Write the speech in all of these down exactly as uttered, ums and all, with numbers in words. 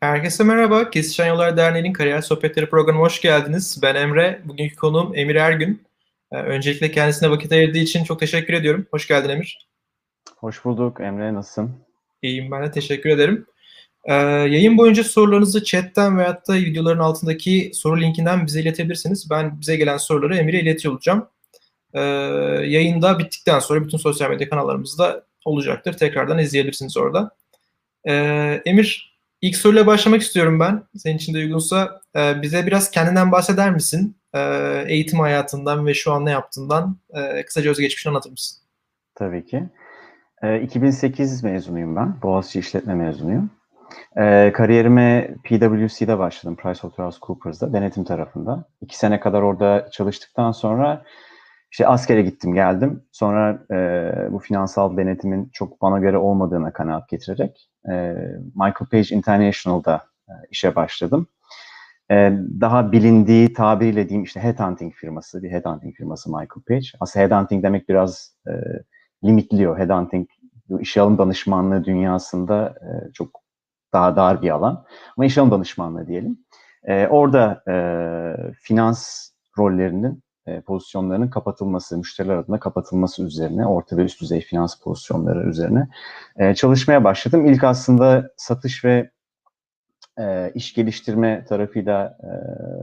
Herkese merhaba. Kesişen Yollar Derneği'nin Kariyer Sohbetleri programına hoş geldiniz. Ben Emre. Bugünkü konuğum Emir Ergün. Ee, öncelikle kendisine vakit ayırdığı için çok teşekkür ediyorum. Hoş geldin Emir. Hoş bulduk Emre, nasılsın? İyiyim, ben de teşekkür ederim. Ee, yayın boyunca sorularınızı chatten veyahut da videoların altındaki soru linkinden bize iletebilirsiniz. Ben bize gelen soruları Emir'e iletiyor olacağım. Ee, yayında bittikten sonra bütün sosyal medya kanallarımızda olacaktır. Tekrardan izleyebilirsiniz orada. Ee, Emir, ilk soruyla başlamak istiyorum ben. Senin için de uygunsa Ee, bize biraz kendinden bahseder misin? Ee, eğitim hayatından ve şu an ne yaptığından e, kısaca özgeçmişini anlatır mısın? Tabii ki. Ee, iki bin sekiz mezunuyum ben. Boğaziçi İşletme mezunuyum. Ee, kariyerime P W C'de başladım. PricewaterhouseCoopers'da, denetim tarafında. İki sene kadar orada çalıştıktan sonra işte askere gittim, geldim. Sonra e, bu finansal denetimin çok bana göre olmadığına kanaat getirerek e, Michael Page International'da e, işe başladım. Ee, daha bilindiği tabiriyle diyeyim işte headhunting firması, bir headhunting firması Michael Page. Aslında headhunting demek biraz e, limitliyor. Headhunting, bu işe alım danışmanlığı dünyasında e, çok daha dar bir alan. Ama işe alım danışmanlığı diyelim. E, orada e, finans rollerinin, e, pozisyonlarının kapatılması, müşteriler adına kapatılması üzerine, orta ve üst düzey finans pozisyonları üzerine e, çalışmaya başladım. İlk aslında satış ve e, iş geliştirme tarafıyla e,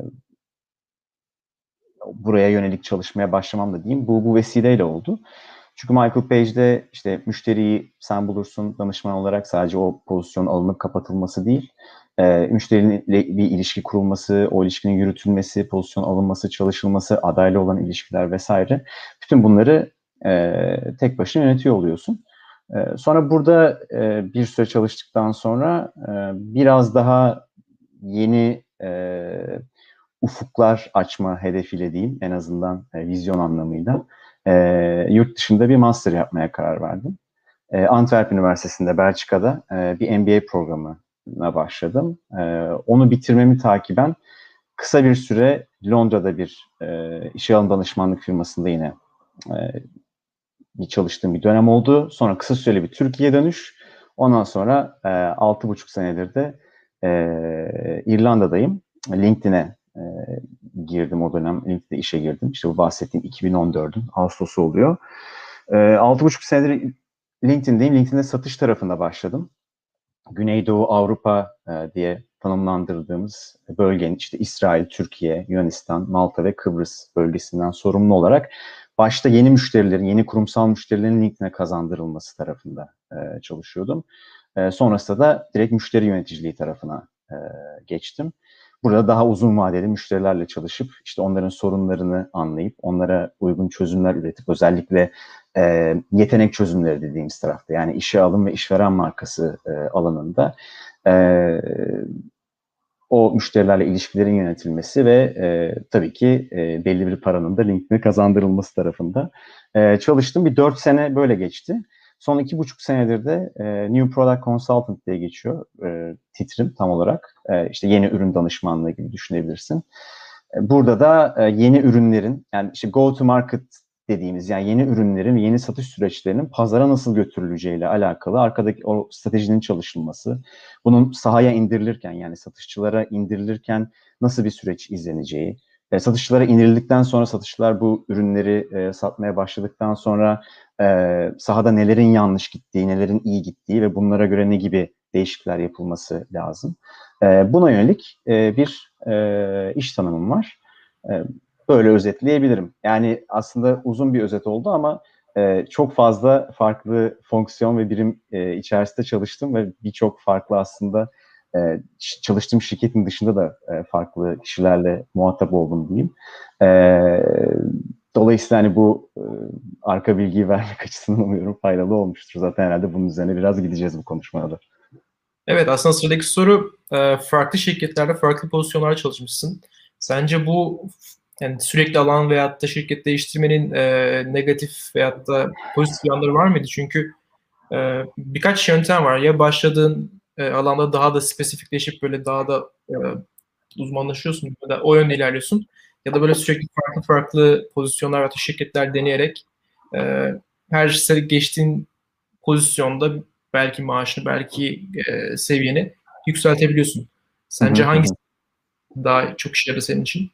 buraya yönelik çalışmaya başlamam da diyeyim. Bu, bu vesileyle oldu. Çünkü Michael Page'de işte müşteriyi sen bulursun danışman olarak sadece o pozisyon alınıp kapatılması değil, e, müşteriyle bir ilişki kurulması, o ilişkinin yürütülmesi, pozisyon alınması, çalışılması, adayla olan ilişkiler vesaire. Bütün bunları e, tek başına yönetiyor oluyorsun. E, sonra burada e, bir süre çalıştıktan sonra e, biraz daha yeni e, ufuklar açma hedefiyle diyeyim, en azından e, vizyon anlamıyla e, yurt dışında bir master yapmaya karar verdim. E, Antwerp Üniversitesi'nde, Belçika'da e, bir M B A programına başladım. E, onu bitirmemi takiben kısa bir süre Londra'da bir e, işe alım danışmanlık firmasında yine e, bir çalıştığım bir dönem oldu. Sonra kısa süreli bir Türkiye dönüş. Ondan sonra e, altı buçuk senedir de e, İrlanda'dayım. LinkedIn'e e, girdim o dönem. LinkedIn'de işe girdim. İşte bu bahsettiğim iki bin on dördün Ağustos'u oluyor. E, altı buçuk senedir LinkedIn'deyim. LinkedIn'de satış tarafında başladım. Güneydoğu Avrupa e, diye tanımlandırdığımız bölgenin işte İsrail, Türkiye, Yunanistan, Malta ve Kıbrıs bölgesinden sorumlu olarak başta yeni müşterilerin, yeni kurumsal müşterilerin LinkedIn'e kazandırılması tarafında e, çalışıyordum. E, sonrasında da direkt müşteri yöneticiliği tarafına e, geçtim. Burada daha uzun vadeli müşterilerle çalışıp işte onların sorunlarını anlayıp onlara uygun çözümler üretip özellikle e, yetenek çözümleri dediğimiz tarafta yani işe alım ve işveren markası e, alanında e, o müşterilerle ilişkilerin yönetilmesi ve e, tabii ki e, belli bir paranın da LinkedIn'e kazandırılması tarafında e, çalıştım. Bir dört sene böyle geçti. Son iki buçuk senedir de e, New Product Consultant diye geçiyor e, titrim tam olarak. E, işte yeni ürün danışmanlığı gibi düşünebilirsin. E, burada da e, yeni ürünlerin yani işte go to market dediğimiz yani yeni ürünlerin, yeni satış süreçlerinin pazara nasıl götürüleceğiyle alakalı arkadaki o stratejinin çalışılması, bunun sahaya indirilirken yani satışçılara indirilirken nasıl bir süreç izleneceği, e, satışçılara indirildikten sonra satışçılar bu ürünleri e, satmaya başladıktan sonra e, sahada nelerin yanlış gittiği, nelerin iyi gittiği ve bunlara göre ne gibi değişiklikler yapılması lazım. E, buna yönelik e, bir e, iş tanımım var. E, Böyle özetleyebilirim. Yani aslında uzun bir özet oldu ama e, çok fazla farklı fonksiyon ve birim e, içerisinde çalıştım ve birçok farklı aslında e, çalıştığım şirketin dışında da e, farklı kişilerle muhatap oldum diyeyim. E, dolayısıyla hani bu e, arka bilgiyi vermek açısından umuyorum faydalı olmuştur. Zaten herhalde bunun üzerine biraz gideceğiz bu konuşmada. Evet, aslında sıradaki soru e, farklı şirketlerde farklı pozisyonlarda çalışmışsın. Sence bu yani sürekli alan veyahut da şirket değiştirmenin e, negatif veyahut da pozitif yanları var mıydı? Çünkü e, birkaç yöntem var. Ya başladığın e, alanda daha da spesifikleşip böyle daha da e, uzmanlaşıyorsun ya da o yönde ilerliyorsun. Ya da böyle sürekli farklı farklı pozisyonlar veya şirketler deneyerek e, her sene geçtiğin pozisyonda belki maaşını, belki e, seviyeni yükseltebiliyorsun. Sence hangisi daha çok işe yaradı senin için?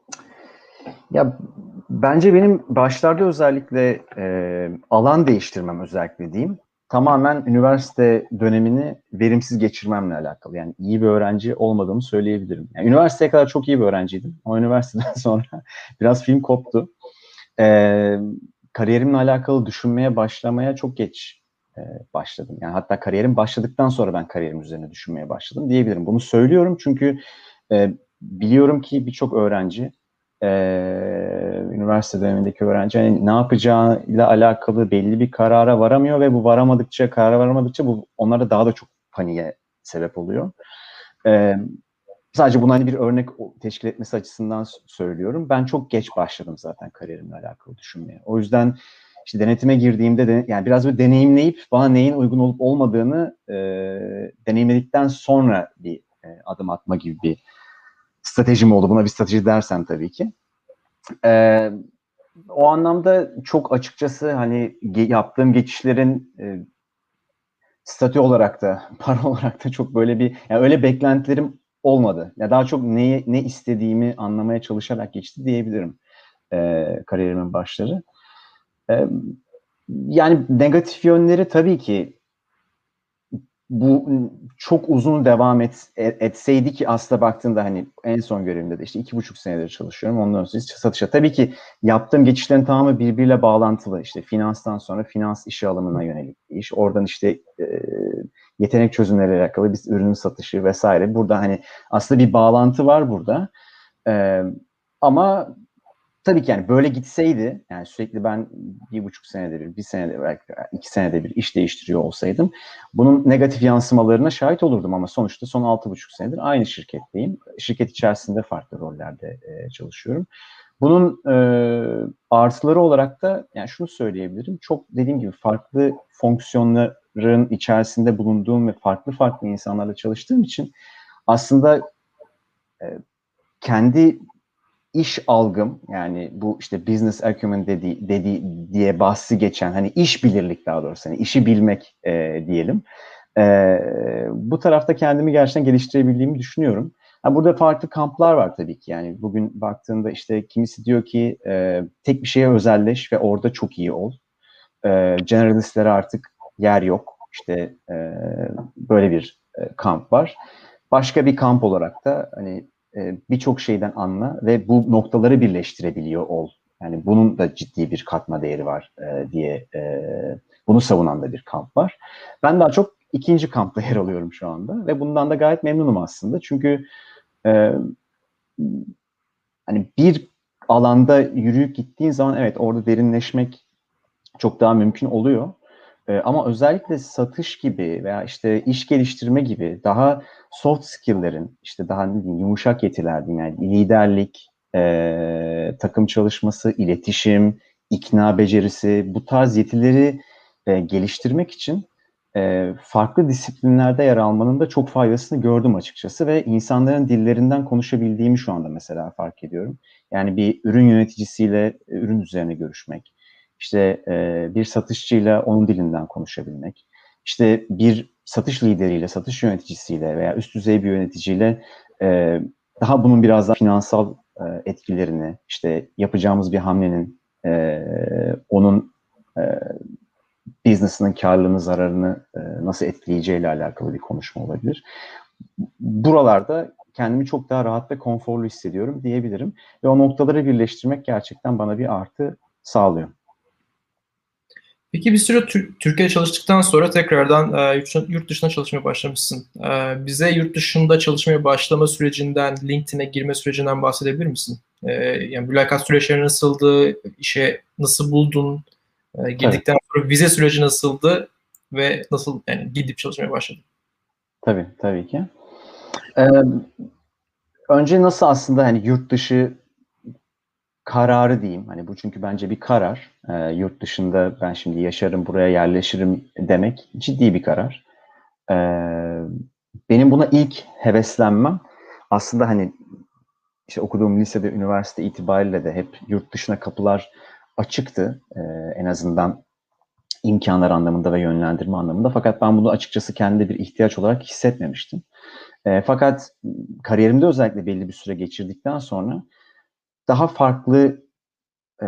Ya bence benim başlarda özellikle e, alan değiştirmem özellikle diyeyim. Tamamen üniversite dönemini verimsiz geçirmemle alakalı. Yani iyi bir öğrenci olmadığımı söyleyebilirim. Yani üniversiteye kadar çok iyi bir öğrenciydim. Ama üniversiteden sonra biraz film koptu. E, kariyerimle alakalı düşünmeye başlamaya çok geç e, başladım. Yani hatta kariyerim başladıktan sonra ben kariyerim üzerine düşünmeye başladım diyebilirim. Bunu söylüyorum çünkü e, biliyorum ki birçok öğrenci, e, üniversite dönemindeki öğrenci hani ne yapacağıyla alakalı belli bir karara varamıyor ve bu varamadıkça, karara varamadıkça bu onlara daha da çok paniğe sebep oluyor. E, sadece bunu hani bir örnek teşkil etmesi açısından söylüyorum. Ben çok geç başladım zaten kariyerimle alakalı düşünmeye. O yüzden işte denetime girdiğimde de, yani biraz bir deneyimleyip bana neyin uygun olup olmadığını e, deneyimledikten sonra bir e, adım atma gibi bir stratejim oldu. Buna bir strateji dersen tabii ki. E, o anlamda çok açıkçası hani ge- yaptığım geçişlerin e, statü olarak da, para olarak da çok böyle bir, yani öyle beklentilerim olmadı. Ya daha çok neye, ne istediğimi anlamaya çalışarak geçti diyebilirim e, kariyerimin başları. E, yani negatif yönleri tabii ki bu çok uzun devam et, etseydi ki aslında baktığında hani en son görevimde de işte iki buçuk senedir çalışıyorum. Ondan sonra satışa. Tabii ki yaptığım geçişlerin tamamı birbiriyle bağlantılı. İşte finanstan sonra finans işe alımına yönelik bir iş. Oradan işte e, yetenek çözümleriyle alakalı bir ürünün satışı vesaire. Burada hani aslında bir bağlantı var burada. E, ama tabii ki yani böyle gitseydi, yani sürekli ben bir buçuk senede bir, bir senede belki iki senede bir iş değiştiriyor olsaydım bunun negatif yansımalarına şahit olurdum ama sonuçta son altı buçuk senedir aynı şirketteyim. Şirket içerisinde farklı rollerde e, çalışıyorum. Bunun e, artıları olarak da yani şunu söyleyebilirim. Çok dediğim gibi farklı fonksiyonların içerisinde bulunduğum ve farklı farklı insanlarla çalıştığım için aslında e, kendi iş algım, yani bu işte business acumen dedi, dedi diye bahsi geçen hani iş bilirlik, daha doğrusu hani işi bilmek e, diyelim. E, bu tarafta kendimi gerçekten geliştirebildiğimi düşünüyorum. Ha, burada farklı kamplar var tabii ki. Yani bugün baktığında işte kimisi diyor ki e, tek bir şeye özelleş ve orada çok iyi ol. E, generalistlere artık yer yok. İşte e, böyle bir e, kamp var. Başka bir kamp olarak da hani e, birçok şeyden anla ve bu noktaları birleştirebiliyor ol. Yani bunun da ciddi bir katma değeri var e, diye e, bunu savunan da bir kamp var. Ben daha çok ikinci kampta yer alıyorum şu anda ve bundan da gayet memnunum aslında. Çünkü e, hani bir alanda yürüyüp gittiğin zaman evet orada derinleşmek çok daha mümkün oluyor. Ee, ama özellikle satış gibi veya işte iş geliştirme gibi daha soft skill'lerin, işte daha ne diyeyim, yumuşak yetiler diyeyim, yani liderlik, e, takım çalışması, iletişim, ikna becerisi, bu tarz yetileri e, geliştirmek için e, farklı disiplinlerde yer almanın da çok faydasını gördüm açıkçası ve insanların dillerinden konuşabildiğimi şu anda mesela fark ediyorum. Yani bir ürün yöneticisiyle e, ürün üzerine görüşmek, işte e, bir satışçıyla onun dilinden konuşabilmek, işte bir satış lideriyle, satış yöneticisiyle veya üst düzey bir yöneticiyle e, daha bunun biraz daha finansal e, etkilerini, işte yapacağımız bir hamlenin e, onun e, business'ının karlılığını, zararını e, nasıl etkileyeceğiyle alakalı bir konuşma olabilir. Buralarda kendimi çok daha rahat ve konforlu hissediyorum diyebilirim. Ve o noktaları birleştirmek gerçekten bana bir artı sağlıyor. Peki bir süre Tür- Türkiye'de çalıştıktan sonra tekrardan e, yurt dışına, yurt dışına çalışmaya başlamışsın. E, bize yurt dışında çalışmaya başlama sürecinden, LinkedIn'e girme sürecinden bahsedebilir misin? E, yani mülakat süreçleri nasıldı? İşe nasıl buldun? E, Tabii, girdikten sonra vize süreci nasıldı? Ve nasıl yani gidip çalışmaya başladın? tabii, tabii ki. Ee, önce nasıl aslında hani yurt dışı kararı diyeyim. Hani bu çünkü bence bir karar. Ee, yurt dışında ben şimdi yaşarım, buraya yerleşirim demek ciddi bir karar. Ee, benim buna ilk heveslenmem aslında hani işte okuduğum lisede, üniversite itibariyle de hep yurt dışına kapılar açıktı. Ee, en azından imkanlar anlamında ve yönlendirme anlamında. Fakat ben bunu açıkçası kendi bir ihtiyaç olarak hissetmemiştim. E, fakat kariyerimde özellikle belli bir süre geçirdikten sonra daha farklı e,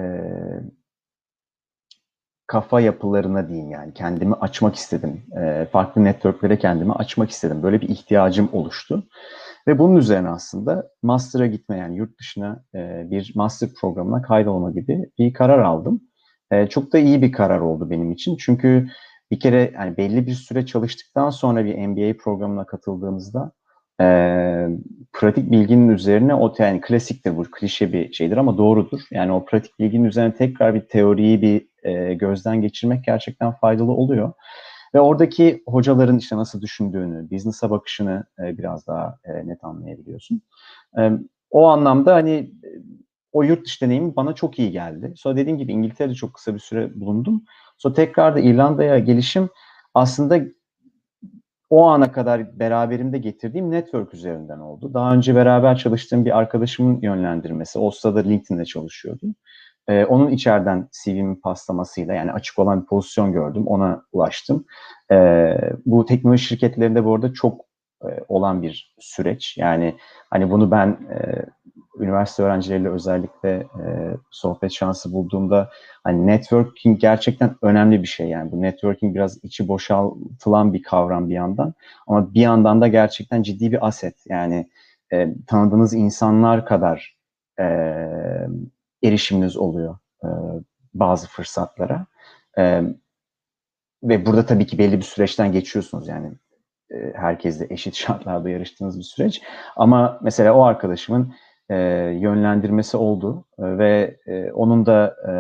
kafa yapılarına diyeyim, yani kendimi açmak istedim. E, farklı networklere kendimi açmak istedim. Böyle bir ihtiyacım oluştu. Ve bunun üzerine aslında master'a gitme, yani yurt dışına e, bir master programına kaydolma gibi bir karar aldım. E, çok da iyi bir karar oldu benim için. Çünkü bir kere yani belli bir süre çalıştıktan sonra bir M B A programına katıldığınızda e, pratik bilginin üzerine, o yani klasiktir, bu klişe bir şeydir ama doğrudur. Yani o pratik bilginin üzerine tekrar bir teoriyi bir e, gözden geçirmek gerçekten faydalı oluyor. Ve oradaki hocaların işte nasıl düşündüğünü, business'a bakışını e, biraz daha e, net anlayabiliyorsun. E, o anlamda hani o yurt dışı deneyimi bana çok iyi geldi. Sonra dediğim gibi İngiltere'de çok kısa bir süre bulundum. Sonra tekrar da İrlanda'ya gelişim aslında o ana kadar beraberimde getirdiğim network üzerinden oldu. Daha önce beraber çalıştığım bir arkadaşımın yönlendirmesi. O sırada LinkedIn'de çalışıyordu. Ee, onun içeriden C V'min paslamasıyla, yani açık olan bir pozisyon gördüm. Ona ulaştım. Ee, bu teknoloji şirketlerinde bu arada çok e, olan bir süreç. Yani hani bunu ben e, üniversite öğrencileriyle özellikle e, sohbet şansı bulduğumda, hani networking gerçekten önemli bir şey. Yani bu networking biraz içi boşaltılan bir kavram bir yandan, ama bir yandan da gerçekten ciddi bir aset. Yani e, tanıdığınız insanlar kadar e, erişiminiz oluyor e, bazı fırsatlara. E, ve burada tabii ki belli bir süreçten geçiyorsunuz, yani e, herkesle eşit şartlarda yarıştığınız bir süreç. Ama mesela o arkadaşımın e, yönlendirmesi oldu e, ve e, onun da e,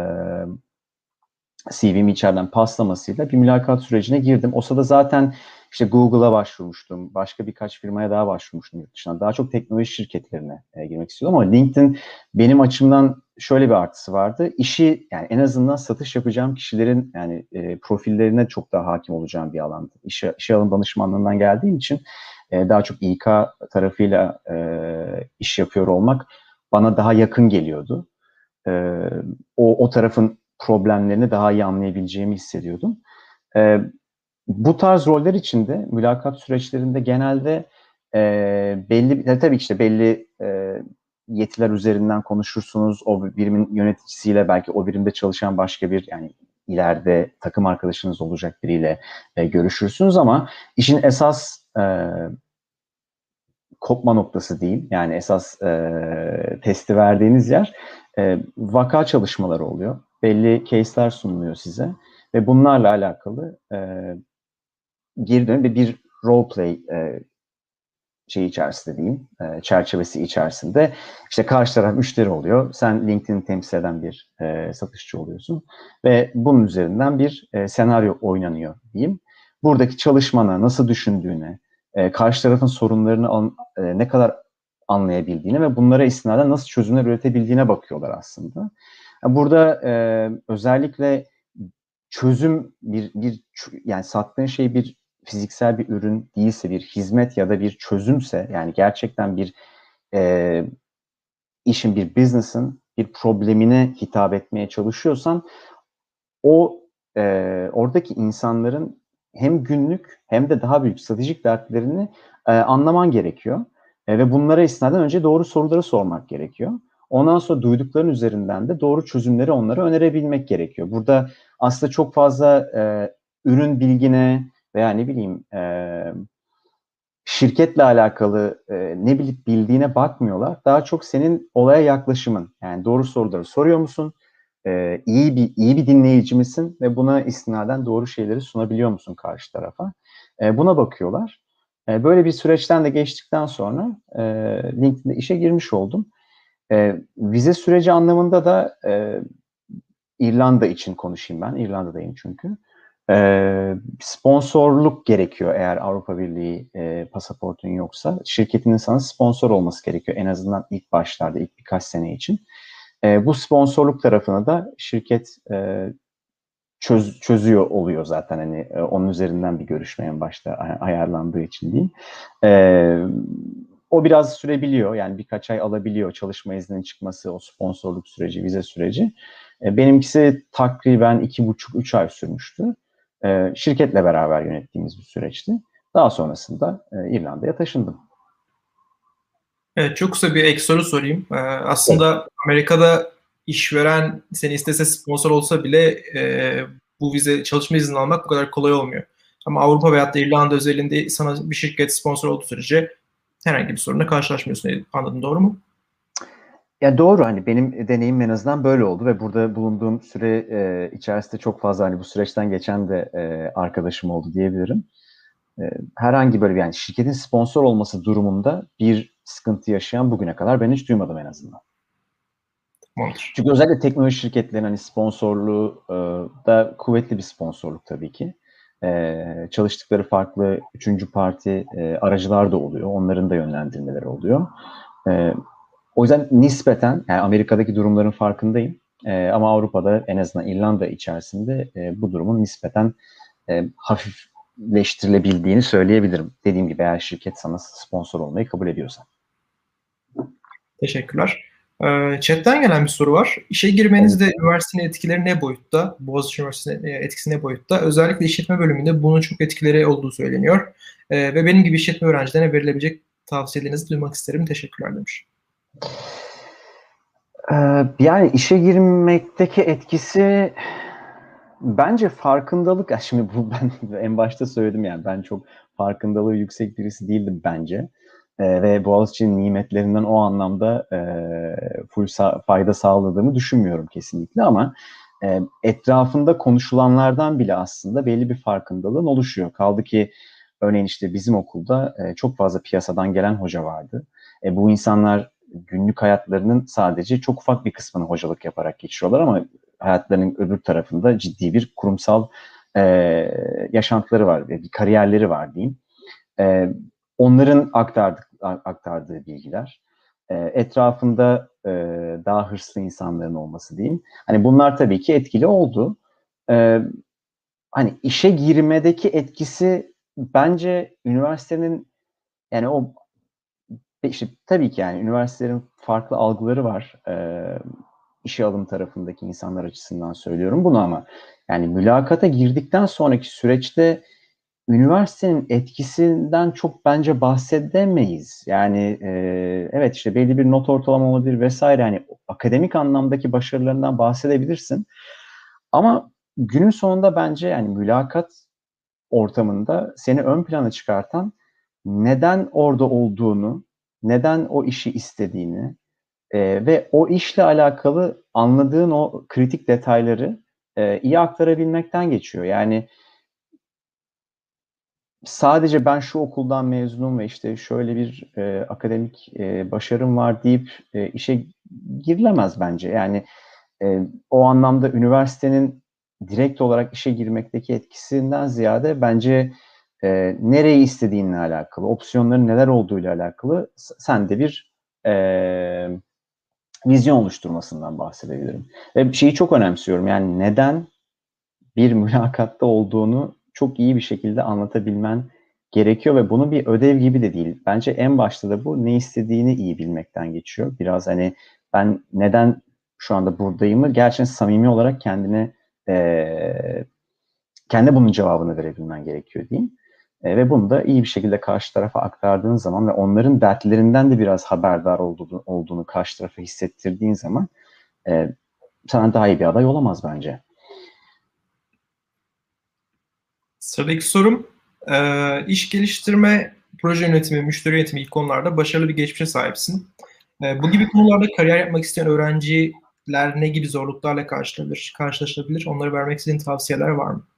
C V'mi içeriden paslamasıyla bir mülakat sürecine girdim. O sırada zaten işte Google'a başvurmuştum. Başka birkaç firmaya daha başvurmuştum yurt dışından. Daha çok teknoloji şirketlerine e, girmek istiyordum ama LinkedIn benim açımdan şöyle bir artısı vardı. İşi, yani en azından satış yapacağım kişilerin yani e, profillerine çok daha hakim olacağım bir alandı. İşe, işe alım danışmanlığından geldiğim için e, daha çok İK tarafıyla e, iş yapıyor olmak bana daha yakın geliyordu. E, o, o tarafın problemlerini daha iyi anlayabileceğimi hissediyordum. E, bu tarz roller içinde mülakat süreçlerinde genelde e, belli, tabii işte belli e, yetiler üzerinden konuşursunuz. O birimin yöneticisiyle, belki o birimde çalışan başka bir, yani ileride takım arkadaşınız olacak biriyle e, görüşürsünüz ama işin esas e, kopma noktası diyeyim, yani esas e, testi verdiğiniz yer e, vaka çalışmaları oluyor. Belli case'ler sunuluyor size ve bunlarla alakalı e, geri dönüp bir, bir role play e, şey içerisinde diyeyim, e, çerçevesi içerisinde işte karşı taraf müşteri oluyor. Sen LinkedIn'i temsil eden bir e, satışçı oluyorsun ve bunun üzerinden bir e, senaryo oynanıyor diyeyim. Buradaki çalışmana, nasıl düşündüğüne, e, karşı tarafın sorunlarını an, e, ne kadar anlayabildiğine ve bunlara istinaden nasıl çözümler üretebildiğine bakıyorlar aslında. Burada e, özellikle çözüm bir, bir yani sattığın şey bir fiziksel bir ürün değilse, bir hizmet ya da bir çözümse, yani gerçekten bir e, işin, bir business'ın bir problemine hitap etmeye çalışıyorsan, o e, oradaki insanların hem günlük hem de daha büyük stratejik dertlerini e, anlaman gerekiyor. E, ve bunlara istinaden önce doğru soruları sormak gerekiyor. Ondan sonra duydukların üzerinden de doğru çözümleri onlara önerebilmek gerekiyor. Burada aslında çok fazla e, ürün bilgine veya ne bileyim e, şirketle alakalı e, ne bilip bildiğine bakmıyorlar. Daha çok senin olaya yaklaşımın. Yani doğru soruları soruyor musun? E, iyi bir iyi bir dinleyici misin ve buna istinaden doğru şeyleri sunabiliyor musun karşı tarafa? E, buna bakıyorlar. E, böyle bir süreçten de geçtikten sonra e, LinkedIn'de işe girmiş oldum. E, vize süreci anlamında da e, İrlanda için konuşayım ben. İrlanda'dayım çünkü. E, sponsorluk gerekiyor eğer Avrupa Birliği e, pasaportun yoksa. Şirketinin sana sponsor olması gerekiyor en azından ilk başlarda, ilk birkaç sene için. E, bu sponsorluk tarafını da şirket e, çöz, çözüyor oluyor zaten, hani e, onun üzerinden bir görüşme en başta ayarlandığı için diyeyim. E, o biraz sürebiliyor, yani birkaç ay alabiliyor çalışma izninin çıkması, o sponsorluk süreci, vize süreci. E, benimkisi takriben iki buçuk üç ay sürmüştü. E, şirketle beraber yönettiğimiz bir süreçti. Daha sonrasında e, İrlanda'ya taşındım. Evet, çok kısa bir ek soru sorayım. Ee, Evet. aslında Amerika'da işveren seni istese sponsor olsa bile e, bu vize çalışma izni almak bu kadar kolay olmuyor. Ama Avrupa veyahut da İrlanda özelinde sana bir şirket sponsor olduğu sürece herhangi bir sorunla karşılaşmıyorsun. Anladım, doğru mu? Ya doğru, hani benim deneyimim en azından böyle oldu ve burada bulunduğum süre e, içerisinde çok fazla hani bu süreçten geçen de e, arkadaşım oldu diyebilirim. E, herhangi böyle bir, yani şirketin sponsor olması durumunda bir sıkıntı yaşayan bugüne kadar ben hiç duymadım en azından. Tamamdır. Çünkü özellikle teknoloji şirketlerinin hani sponsorluğu e, da kuvvetli bir sponsorluk tabii ki. E, çalıştıkları farklı üçüncü parti e, aracılar da oluyor. Onların da yönlendirmeleri oluyor. E, O yüzden nispeten, yani Amerika'daki durumların farkındayım. E, ama Avrupa'da, en azından İrlanda içerisinde e, bu durumun nispeten e, hafifleştirilebildiğini söyleyebilirim. Dediğim gibi, eğer şirket sana sponsor olmayı kabul ediyorsa. Teşekkürler. Ee, chatten gelen bir soru var. İşe Evet. girmenizde üniversitenin etkileri ne boyutta? Boğaziçi Üniversitesi'nin e, etkisi ne boyutta? Özellikle işletme bölümünde bunun çok etkileri olduğu söyleniyor. Ee, ve benim gibi işletme öğrencilerine verilebilecek tavsiyelerinizi duymak isterim. Teşekkürler demiş. Ee, yani işe girmekteki etkisi bence farkındalık. Ya şimdi bu, ben en başta söyledim, yani ben çok farkındalığı yüksek birisi değildim bence. Ee, ve Boğaziçi'nin nimetlerinden o anlamda e, full sa- fayda sağladığımı düşünmüyorum kesinlikle, ama e, etrafında konuşulanlardan bile aslında belli bir farkındalığın oluşuyor. Kaldı ki örneğin işte bizim okulda e, çok fazla piyasadan gelen hoca vardı. E, bu insanlar günlük hayatlarının sadece çok ufak bir kısmını hocalık yaparak geçiriyorlar, ama hayatlarının öbür tarafında ciddi bir kurumsal e, yaşantıları var, bir kariyerleri var diyeyim. E, onların aktardık, aktardığı bilgiler, e, etrafında e, daha hırslı insanların olması diyeyim. Hani bunlar tabii ki etkili oldu. E, hani işe girmedeki etkisi bence üniversitenin, yani o işte tabii ki yani üniversitelerin farklı algıları var. Ee, işe alım tarafındaki insanlar açısından söylüyorum bunu, ama yani mülakata girdikten sonraki süreçte üniversitenin etkisinden çok bence bahsedemeyiz. Yani e, evet, işte belli bir not ortalama olabilir vesaire. Yani akademik anlamdaki başarılarından bahsedebilirsin. Ama günün sonunda bence yani mülakat ortamında seni ön plana çıkartan, neden orada olduğunu, neden o işi istediğini e, ve o işle alakalı anladığın o kritik detayları e, iyi aktarabilmekten geçiyor. Yani sadece ben şu okuldan mezunum ve işte şöyle bir e, akademik e, başarım var deyip e, işe girilemez bence. Yani e, o anlamda üniversitenin direkt olarak işe girmekteki etkisinden ziyade bence e, nereyi istediğinle alakalı, opsiyonların neler olduğuyla alakalı sende bir e, vizyon oluşturmasından bahsedebilirim. Ve şeyi çok önemsiyorum, yani neden bir mülakatta olduğunu çok iyi bir şekilde anlatabilmen gerekiyor ve bunu bir ödev gibi de değil. Bence en başta da bu ne istediğini iyi bilmekten geçiyor. Biraz hani ben neden şu anda buradayımı gerçekten samimi olarak kendine e, kendi bunun cevabını verebilmen gerekiyor diyeyim. E, ve bunu da iyi bir şekilde karşı tarafa aktardığın zaman ve onların dertlerinden de biraz haberdar olduğunu, olduğunu karşı tarafa hissettirdiğin zaman e, sana daha iyi bir aday olamaz bence. Sıradaki sorum, e, iş geliştirme, proje yönetimi, müşteri yönetimi ilk konularda başarılı bir geçmişe sahipsin. E, bu gibi konularda kariyer yapmak isteyen öğrenciler ne gibi zorluklarla karşılaşabilir, karşılaşabilir? Onlara vermek istediğin tavsiyeler var mı?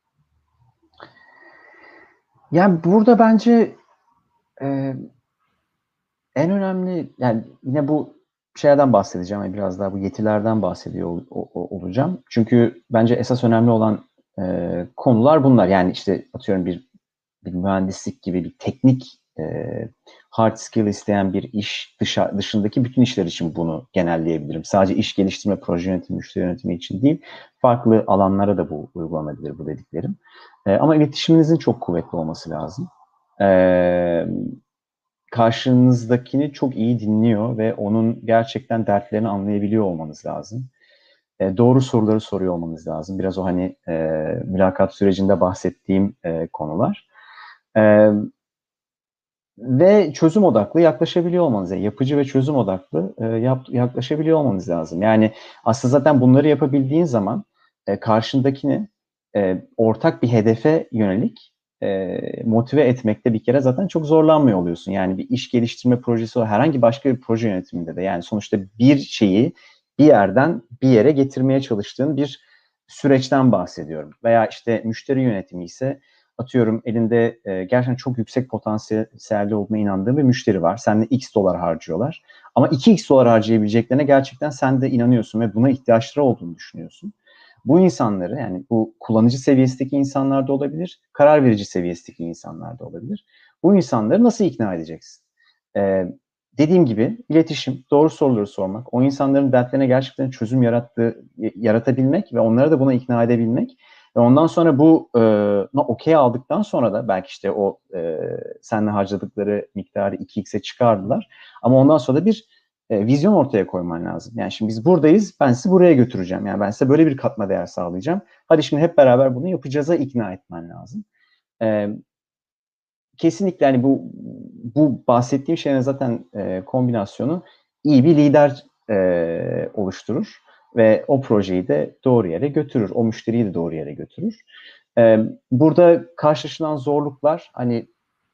Yani burada bence e, en önemli, yani yine bu şeylerden bahsedeceğim. Yani biraz daha bu yetilerden bahsediyor ol, o, olacağım. Çünkü bence esas önemli olan e, konular bunlar. Yani işte atıyorum bir bir mühendislik gibi bir teknik e, hard skill isteyen bir iş dışa, dışındaki bütün işler için bunu genelleyebilirim. Sadece iş geliştirme, proje yönetimi, müşteri yönetimi için değil, farklı alanlara da bu uygulanabilir bu dediklerim. E, ama iletişiminizin çok kuvvetli olması lazım. E, karşınızdakini çok iyi dinliyor ve onun gerçekten dertlerini anlayabiliyor olmanız lazım. e, doğru soruları soruyor olmanız lazım. Biraz o hani e, mülakat sürecinde bahsettiğim e, konular. E, Ve çözüm odaklı yaklaşabiliyor olmanız, yani yapıcı ve çözüm odaklı e, yap, yaklaşabiliyor olmanız lazım. Yani aslında zaten bunları yapabildiğin zaman e, karşındakini e, ortak bir hedefe yönelik e, motive etmekte bir kere zaten çok zorlanmıyor oluyorsun. Yani bir iş geliştirme projesi o herhangi başka bir proje yönetiminde de, yani sonuçta bir şeyi bir yerden bir yere getirmeye çalıştığın bir süreçten bahsediyorum. Veya işte müşteri yönetimi ise, atıyorum elinde e, gerçekten çok yüksek potansiyelli olduğuna inandığın bir müşteri var. Seninle X dolar harcıyorlar. Ama iki X dolar harcayabileceklerine gerçekten sen de inanıyorsun ve buna ihtiyaçları olduğunu düşünüyorsun. Bu insanları, yani bu kullanıcı seviyesindeki insanlar da olabilir, karar verici seviyesindeki insanlar da olabilir. Bu insanları nasıl ikna edeceksin? Ee, Dediğim gibi iletişim, doğru soruları sormak, o insanların dertlerine gerçekten çözüm yarattığı, yaratabilmek ve onları da buna ikna edebilmek. Ve ondan sonra bu e, okey aldıktan sonra da belki işte o e, seninle harcadıkları miktarı iki X'e çıkardılar. Ama ondan sonra da bir e, vizyon ortaya koyman lazım. Yani şimdi biz buradayız, ben sizi buraya götüreceğim. Yani ben size böyle bir katma değer sağlayacağım. Hadi şimdi hep beraber bunu yapacağıza ikna etmen lazım. E, kesinlikle hani bu bu bahsettiğim şeylerin zaten e, kombinasyonu iyi bir lider e, oluşturur ve o projeyi de doğru yere götürür. O müşteriyi de doğru yere götürür. E, burada karşılaşılan zorluklar, hani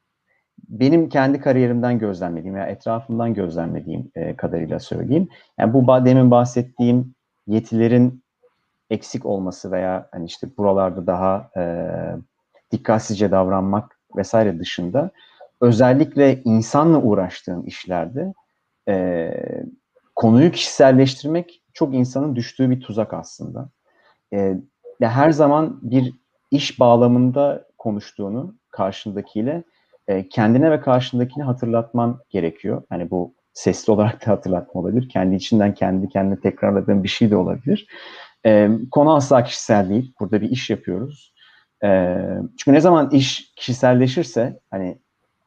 benim kendi kariyerimden gözlemlediğim veya etrafımdan gözlemlediğim e, kadarıyla söyleyeyim. Yani bu demin bahsettiğim yetilerin eksik olması veya hani işte buralarda daha e, dikkatsizce davranmak vesaire dışında, özellikle insanla uğraştığım işlerde e, konuyu kişiselleştirmek çok insanın düştüğü bir tuzak aslında. E, ya her zaman bir iş bağlamında konuştuğunu karşındakiyle e, kendine ve karşındakini hatırlatman gerekiyor. Hani bu sesli olarak da hatırlatma olabilir. Kendi içinden kendi kendine tekrarladığın bir şey de olabilir. E, konu asla kişisel değil. Burada bir iş yapıyoruz. E, çünkü ne zaman iş kişiselleşirse, hani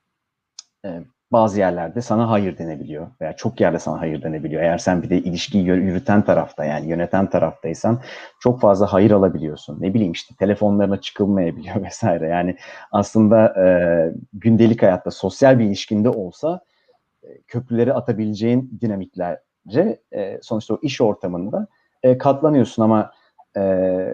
e, bazı yerlerde sana hayır denebiliyor veya çok yerde sana hayır denebiliyor. Eğer sen bir de ilişkiyi yürüten tarafta, yani yöneten taraftaysan, çok fazla hayır alabiliyorsun. Ne bileyim işte telefonlarına çıkılmayabiliyor vesaire. Yani aslında e, gündelik hayatta sosyal bir ilişkinde olsa e, köprüleri atabileceğin dinamiklere e, sonuçta o iş ortamında e, katlanıyorsun ama e,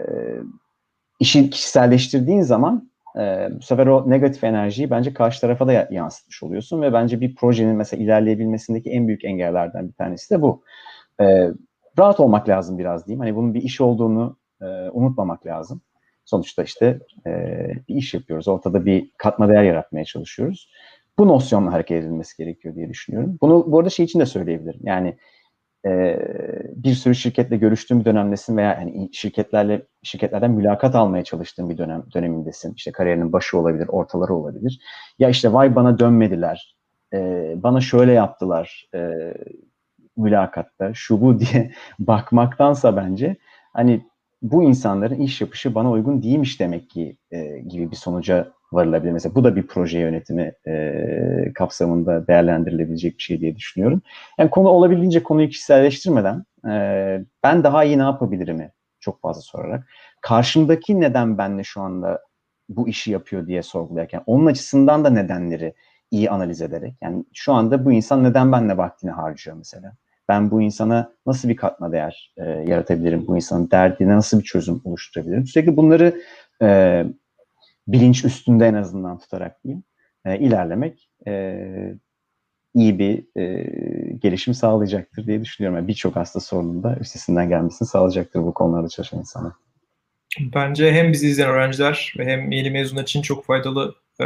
işi kişiselleştirdiğin zaman e, bu sefer o negatif enerjiyi bence karşı tarafa da yansıtmış oluyorsun ve bence bir projenin mesela ilerleyebilmesindeki en büyük engellerden bir tanesi de bu. E, rahat olmak lazım biraz diyeyim. Hani bunun bir iş olduğunu e, unutmamak lazım. Sonuçta işte e, bir iş yapıyoruz. Ortada bir katma değer yaratmaya çalışıyoruz. Bu nosyonla hareket edilmesi gerekiyor diye düşünüyorum. Bunu bu arada şey için de söyleyebilirim. Yani e, bir sürü şirketle görüştüğüm bir dönemdesin veya hani şirketlerle şirketlerden mülakat almaya çalıştığın bir dönem dönemindesin. İşte kariyerinin başı olabilir, ortaları olabilir. Ya işte vay bana dönmediler, e, bana şöyle yaptılar e, mülakatta, şu bu diye bakmaktansa bence hani bu insanların iş yapışı bana uygun değilmiş demek ki e, gibi bir sonuca varılabilir. Mesela bu da bir proje yönetimi e, kapsamında değerlendirilebilecek bir şey diye düşünüyorum. Yani konu olabildiğince konuyu kişiselleştirmeden e, ben daha iyi ne yapabilirim'i çok fazla sorarak, karşımdaki neden benle şu anda bu işi yapıyor diye sorgularken, onun açısından da nedenleri iyi analiz ederek, yani şu anda bu insan neden benle vaktini harcıyor mesela? Ben bu insana nasıl bir katma değer e, yaratabilirim? Bu insanın derdine nasıl bir çözüm oluşturabilirim? Sürekli bunları e, bilinç üstünde en azından tutarak diyeyim, e, ilerlemek e, iyi bir e, gelişim sağlayacaktır diye düşünüyorum. Yani birçok hasta sorunun da üstesinden gelmesini sağlayacaktır bu konularda çalışan insanlar. Bence hem bizi izleyen öğrenciler ve hem yeni mezunlar için çok faydalı e,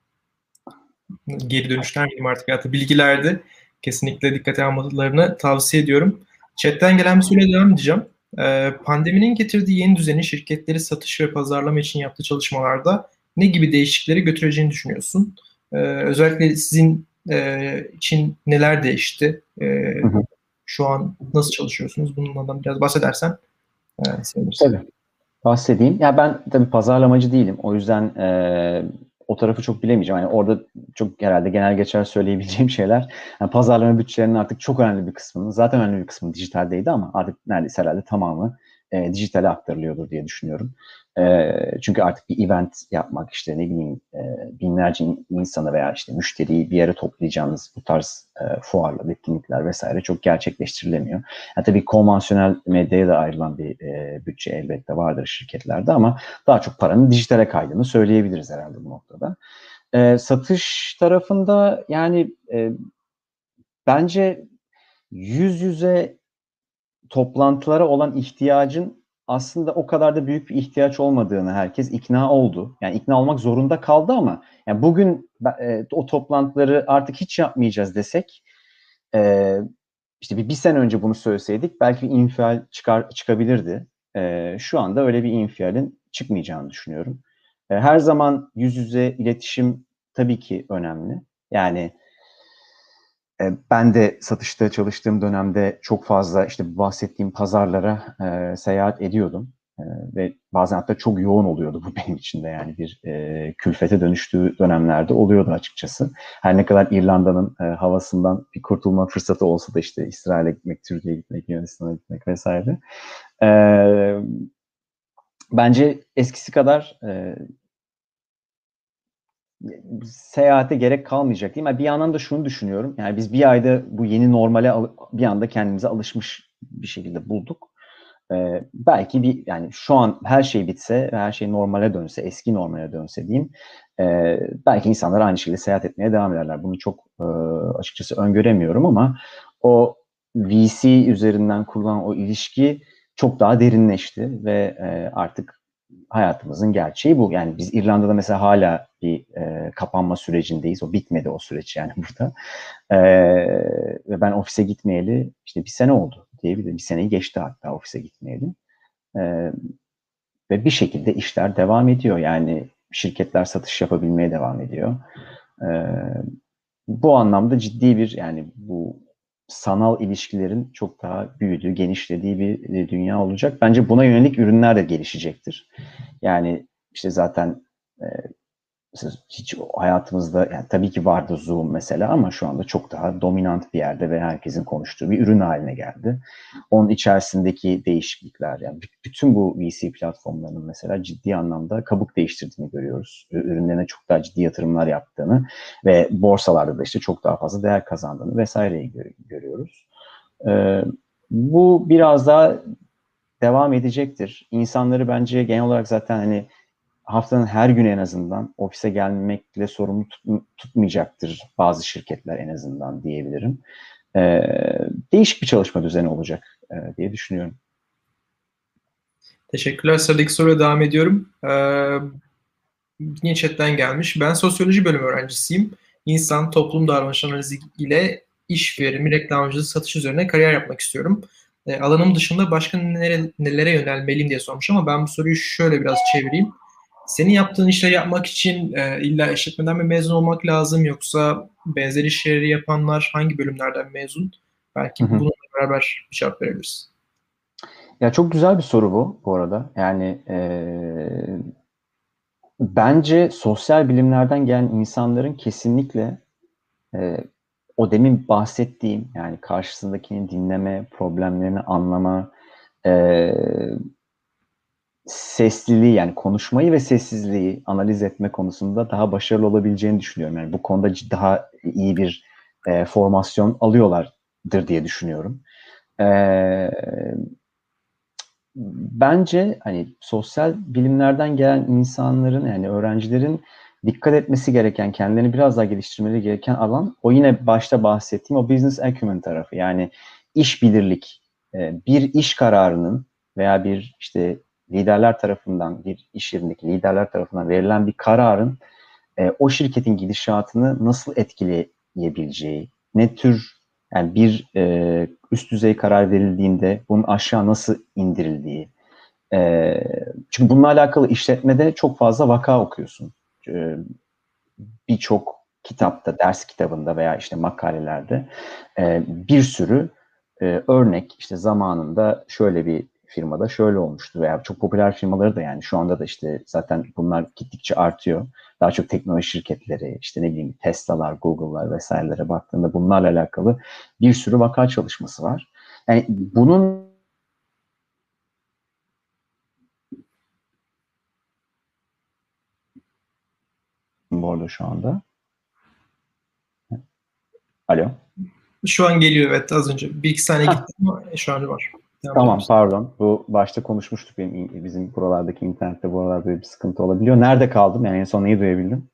geri dönüşler diyeyim artık hayatta bilgilerdi. Kesinlikle dikkate almalarını tavsiye ediyorum. Chatten gelen bir soruya devam edeceğim. E, pandeminin getirdiği yeni düzenin şirketleri satış ve pazarlama için yaptığı çalışmalarda ne gibi değişiklikleri götüreceğini düşünüyorsun? E, özellikle sizin e, için neler değişti? E, Hı hı. şu an nasıl çalışıyorsunuz? Bunlardan biraz bahsedersen e, seviniriz. Tabii. Bahsedeyim. Ya ben tabii pazarlamacı değilim. O yüzden e, o tarafı çok bilemeyeceğim. Yani orada çok herhalde genel geçer söyleyebileceğim şeyler. Yani pazarlama bütçelerinin artık çok önemli bir kısmının, zaten önemli bir kısmı dijitaldeydi ama artık neredeyse herhalde tamamı e, dijitale aktarılıyordur diye düşünüyorum. E, çünkü artık bir event yapmak, işte ne bileyim e, binlerce insanı veya işte müşteriyi bir yere toplayacağınız bu tarz e, fuarlar, etkinlikler vesaire çok gerçekleştirilemiyor. Yani tabii konvansiyonel medyaya da ayrılan bir e, bütçe elbette vardır şirketlerde ama daha çok paranın dijitale kaydığını söyleyebiliriz herhalde bu noktada. E, satış tarafında yani e, bence yüz yüze toplantılara olan ihtiyacın aslında o kadar da büyük bir ihtiyaç olmadığını herkes ikna oldu. Yani ikna olmak zorunda kaldı ama yani bugün e, o toplantıları artık hiç yapmayacağız desek e, işte bir, bir sene önce bunu söyleseydik belki bir infial çıkar, çıkabilirdi. E, şu anda öyle bir infialin çıkmayacağını düşünüyorum. E, her zaman yüz yüze iletişim tabii ki önemli. Yani e, ben de satışta çalıştığım dönemde çok fazla işte bahsettiğim pazarlara e, seyahat ediyordum. E, ve bazen hatta çok yoğun oluyordu bu benim için de yani bir e, külfete dönüştüğü dönemlerde oluyordu açıkçası. Her ne kadar İrlanda'nın e, havasından bir kurtulma fırsatı olsa da işte İsrail'e gitmek, Türkiye'ye gitmek, Yunanistan'a gitmek vesaire. E, bence eskisi kadar e, seyahate gerek kalmayacak değil mi? Yani bir yandan da şunu düşünüyorum. Yani biz bir ayda bu yeni normale bir anda kendimize alışmış bir şekilde bulduk. Ee, belki bir yani şu an her şey bitse, her şey normale dönse, eski normale dönse diyeyim. E, belki insanlar aynı şekilde seyahat etmeye devam ederler. Bunu çok e, açıkçası öngöremiyorum ama o V C üzerinden kurulan o ilişki çok daha derinleşti ve e, artık hayatımızın gerçeği bu. Yani biz İrlanda'da mesela hala bir e, kapanma sürecindeyiz. O bitmedi o süreç yani burada. E, ve ben ofise gitmeyeli işte bir sene oldu diyebilirim. Bir seneyi geçti hatta ofise gitmeyeli. E, ve bir şekilde işler devam ediyor. Yani şirketler satış yapabilmeye devam ediyor. E, bu anlamda ciddi bir yani bu sanal ilişkilerin çok daha büyüdüğü, genişlediği bir dünya olacak. Bence buna yönelik ürünler de gelişecektir. Yani işte zaten e, hiç hayatımızda yani tabii ki vardı Zoom mesela ama şu anda çok daha dominant bir yerde ve herkesin konuştuğu bir ürün haline geldi. Onun içerisindeki değişiklikler yani bütün bu V C platformlarının mesela ciddi anlamda kabuk değiştirdiğini görüyoruz. Ürünlerine çok daha ciddi yatırımlar yaptığını ve borsalarda da işte çok daha fazla değer kazandığını vesaireyi görüyoruz. Ee, bu biraz daha devam edecektir. İnsanları bence genel olarak zaten hani haftanın her günü en azından ofise gelmekle sorumlu tut, tutmayacaktır bazı şirketler en azından diyebilirim. Ee, değişik bir çalışma düzeni olacak e, diye düşünüyorum. Teşekkürler. Sıradaki soruya devam ediyorum. Ee, yine chatten gelmiş. Ben sosyoloji bölümü öğrencisiyim. İnsan, toplum davranış analizi ile iş verimi, reklamcılık, satış üzerine kariyer yapmak istiyorum. E, alanım dışında başka nere, nelere yönelmeliyim diye sormuş ama ben bu soruyu şöyle biraz çevireyim. Senin yaptığın işleri yapmak için e, illa işletmeden mi mezun olmak lazım yoksa benzer işleri yapanlar hangi bölümlerden mezun? Hı Belki hı. bununla beraber bir cevap verebiliriz. Ya çok güzel bir soru bu bu arada. Yani e, bence sosyal bilimlerden gelen insanların kesinlikle e, o demin bahsettiğim yani karşısındakini dinleme, problemlerini anlama, e, sesliliği yani konuşmayı ve sessizliği analiz etme konusunda daha başarılı olabileceğini düşünüyorum. Yani bu konuda daha iyi bir e, formasyon alıyorlardır diye düşünüyorum. E, bence hani sosyal bilimlerden gelen insanların yani öğrencilerin dikkat etmesi gereken, kendilerini biraz daha geliştirmeleri gereken alan o yine başta bahsettiğim o business acumen tarafı. Yani iş bilirlik, e, bir iş kararının veya bir işte liderler tarafından, bir iş yerindeki liderler tarafından verilen bir kararın e, o şirketin gidişatını nasıl etkileyebileceği, ne tür yani bir e, üst düzey karar verildiğinde bunun aşağı nasıl indirildiği. E, çünkü bununla alakalı işletmede çok fazla vaka okuyorsun. E, birçok kitapta, ders kitabında veya işte makalelerde e, bir sürü e, örnek işte zamanında şöyle bir firmada şöyle olmuştu veya çok popüler firmaları da yani şu anda da işte zaten bunlar gittikçe artıyor. Daha çok teknoloji şirketleri, işte ne bileyim Tesla'lar, Google'lar vesairelere baktığında bunlarla alakalı bir sürü vaka çalışması var. Yani bunun bu arada şu anda. Alo. Şu an geliyor, evet, az önce. Bir iki saniye gitti ama şu an var. Devam Tamam, pardon. Bu başta konuşmuştuk, benim bizim buralardaki internette buralarda bir sıkıntı olabiliyor. Nerede kaldım? Yani en son neyi duyabildim?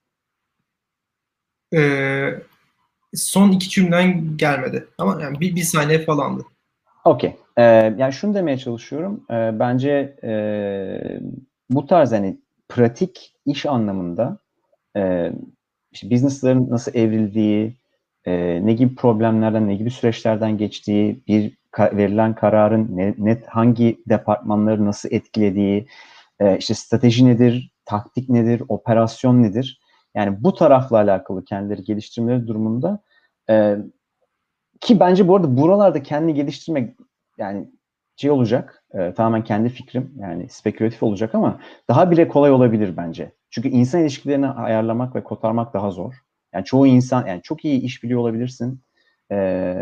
Ee, son iki cümlen gelmedi. Ama yani bir, bir saniye falandı. Okey. Ee, yani şunu demeye çalışıyorum. Ee, bence e, bu tarz hani pratik iş anlamında e, işte business'ların nasıl evrildiği, e, ne gibi problemlerden, ne gibi süreçlerden geçtiği, bir ka- verilen kararın ne, net hangi departmanları nasıl etkilediği, e, işte strateji nedir, taktik nedir, operasyon nedir? Yani bu tarafla alakalı kendileri geliştirmeleri durumunda e, ki bence bu arada buralarda kendini geliştirmek yani şey olacak, e, tamamen kendi fikrim yani spekülatif olacak ama daha bile kolay olabilir bence. Çünkü insan ilişkilerini ayarlamak ve kotarmak daha zor. Yani çoğu insan, yani çok iyi iş biliyor olabilirsin. E,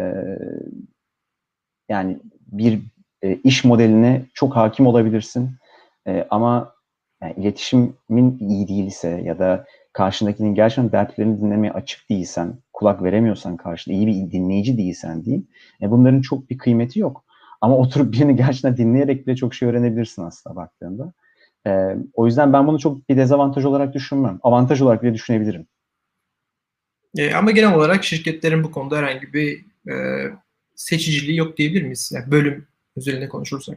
yani bir e, iş modeline çok hakim olabilirsin. E, ama yani iletişimin iyi değilse ya da karşındakinin gerçekten dertlerini dinlemeye açık değilsen, kulak veremiyorsan karşında, iyi bir dinleyici değilsen diyeyim, e, bunların çok bir kıymeti yok. Ama oturup birini gerçekten dinleyerek bile çok şey öğrenebilirsin aslında baktığında. E, o yüzden ben bunu çok bir dezavantaj olarak düşünmem. Avantaj olarak bile düşünebilirim. Ee, ama genel olarak şirketlerin bu konuda herhangi bir e, seçiciliği yok diyebilir miyiz? Yani bölüm üzerinde konuşursak.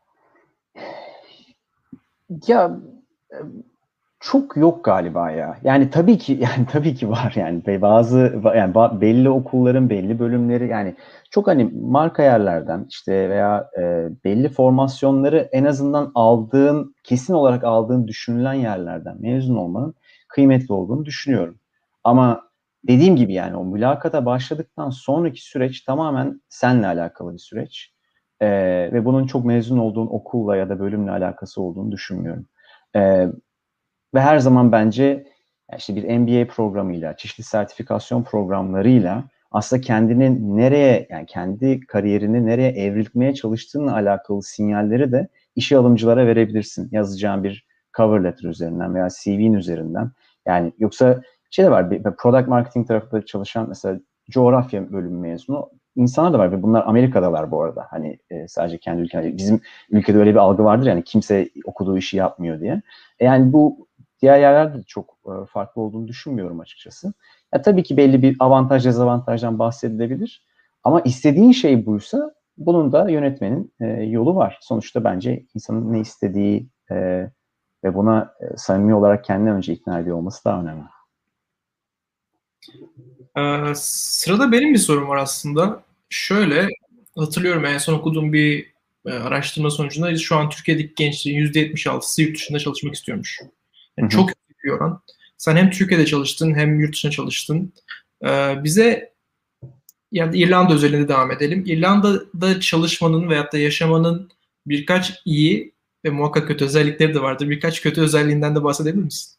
Ya çok yok galiba ya. Yani tabii ki yani tabii ki var yani ve bazı yani belli okulların belli bölümleri yani çok hani marka yerlerden işte veya e, belli formasyonları en azından aldığın kesin olarak aldığın düşünülen yerlerden mezun olmanın kıymetli olduğunu düşünüyorum. Ama dediğim gibi yani o mülakata başladıktan sonraki süreç tamamen seninle alakalı bir süreç. E, ve bunun çok mezun olduğun okulla ya da bölümle alakası olduğunu düşünmüyorum. E, ve her zaman bence işte bir M B A programıyla, çeşitli sertifikasyon programlarıyla aslında kendini nereye, yani kendi kariyerini nereye evrilmeye çalıştığınla alakalı sinyalleri de işe alımcılara verebilirsin. Yazacağın bir cover letter üzerinden veya C V'nin üzerinden. Yani yoksa şey de var, bir product marketing tarafında çalışan mesela coğrafya bölümü mezunu insanlar da var ve bunlar Amerika'dalar bu arada. Hani e, sadece kendi ülkede. Bizim ülkede öyle bir algı vardır yani kimse okuduğu işi yapmıyor diye. E, yani bu diğer yerlerde de çok e, farklı olduğunu düşünmüyorum açıkçası. Ya, tabii ki belli bir avantaj dezavantajdan bahsedilebilir. Ama istediğin şey buysa bunun da yönetmenin e, yolu var. Sonuçta bence insanın ne istediği e, ve buna e, samimi olarak kendini önce ikna ediyor olması daha önemli. Ee, sırada benim bir sorum var aslında. Şöyle, hatırlıyorum en son okuduğum bir e, araştırma sonucunda şu an Türkiye'deki gençlerin yüzde yetmiş altısı yurt dışında çalışmak istiyormuş. Hı Yani hı. çok yüksek bir oran. Sen hem Türkiye'de çalıştın hem yurt dışında çalıştın. Ee, bize yani İrlanda özelinde devam edelim. İrlanda'da çalışmanın veyahut da yaşamanın birkaç iyi ve muhakkak kötü özellikleri de vardır. Birkaç kötü özelliğinden de bahsedebilir misin?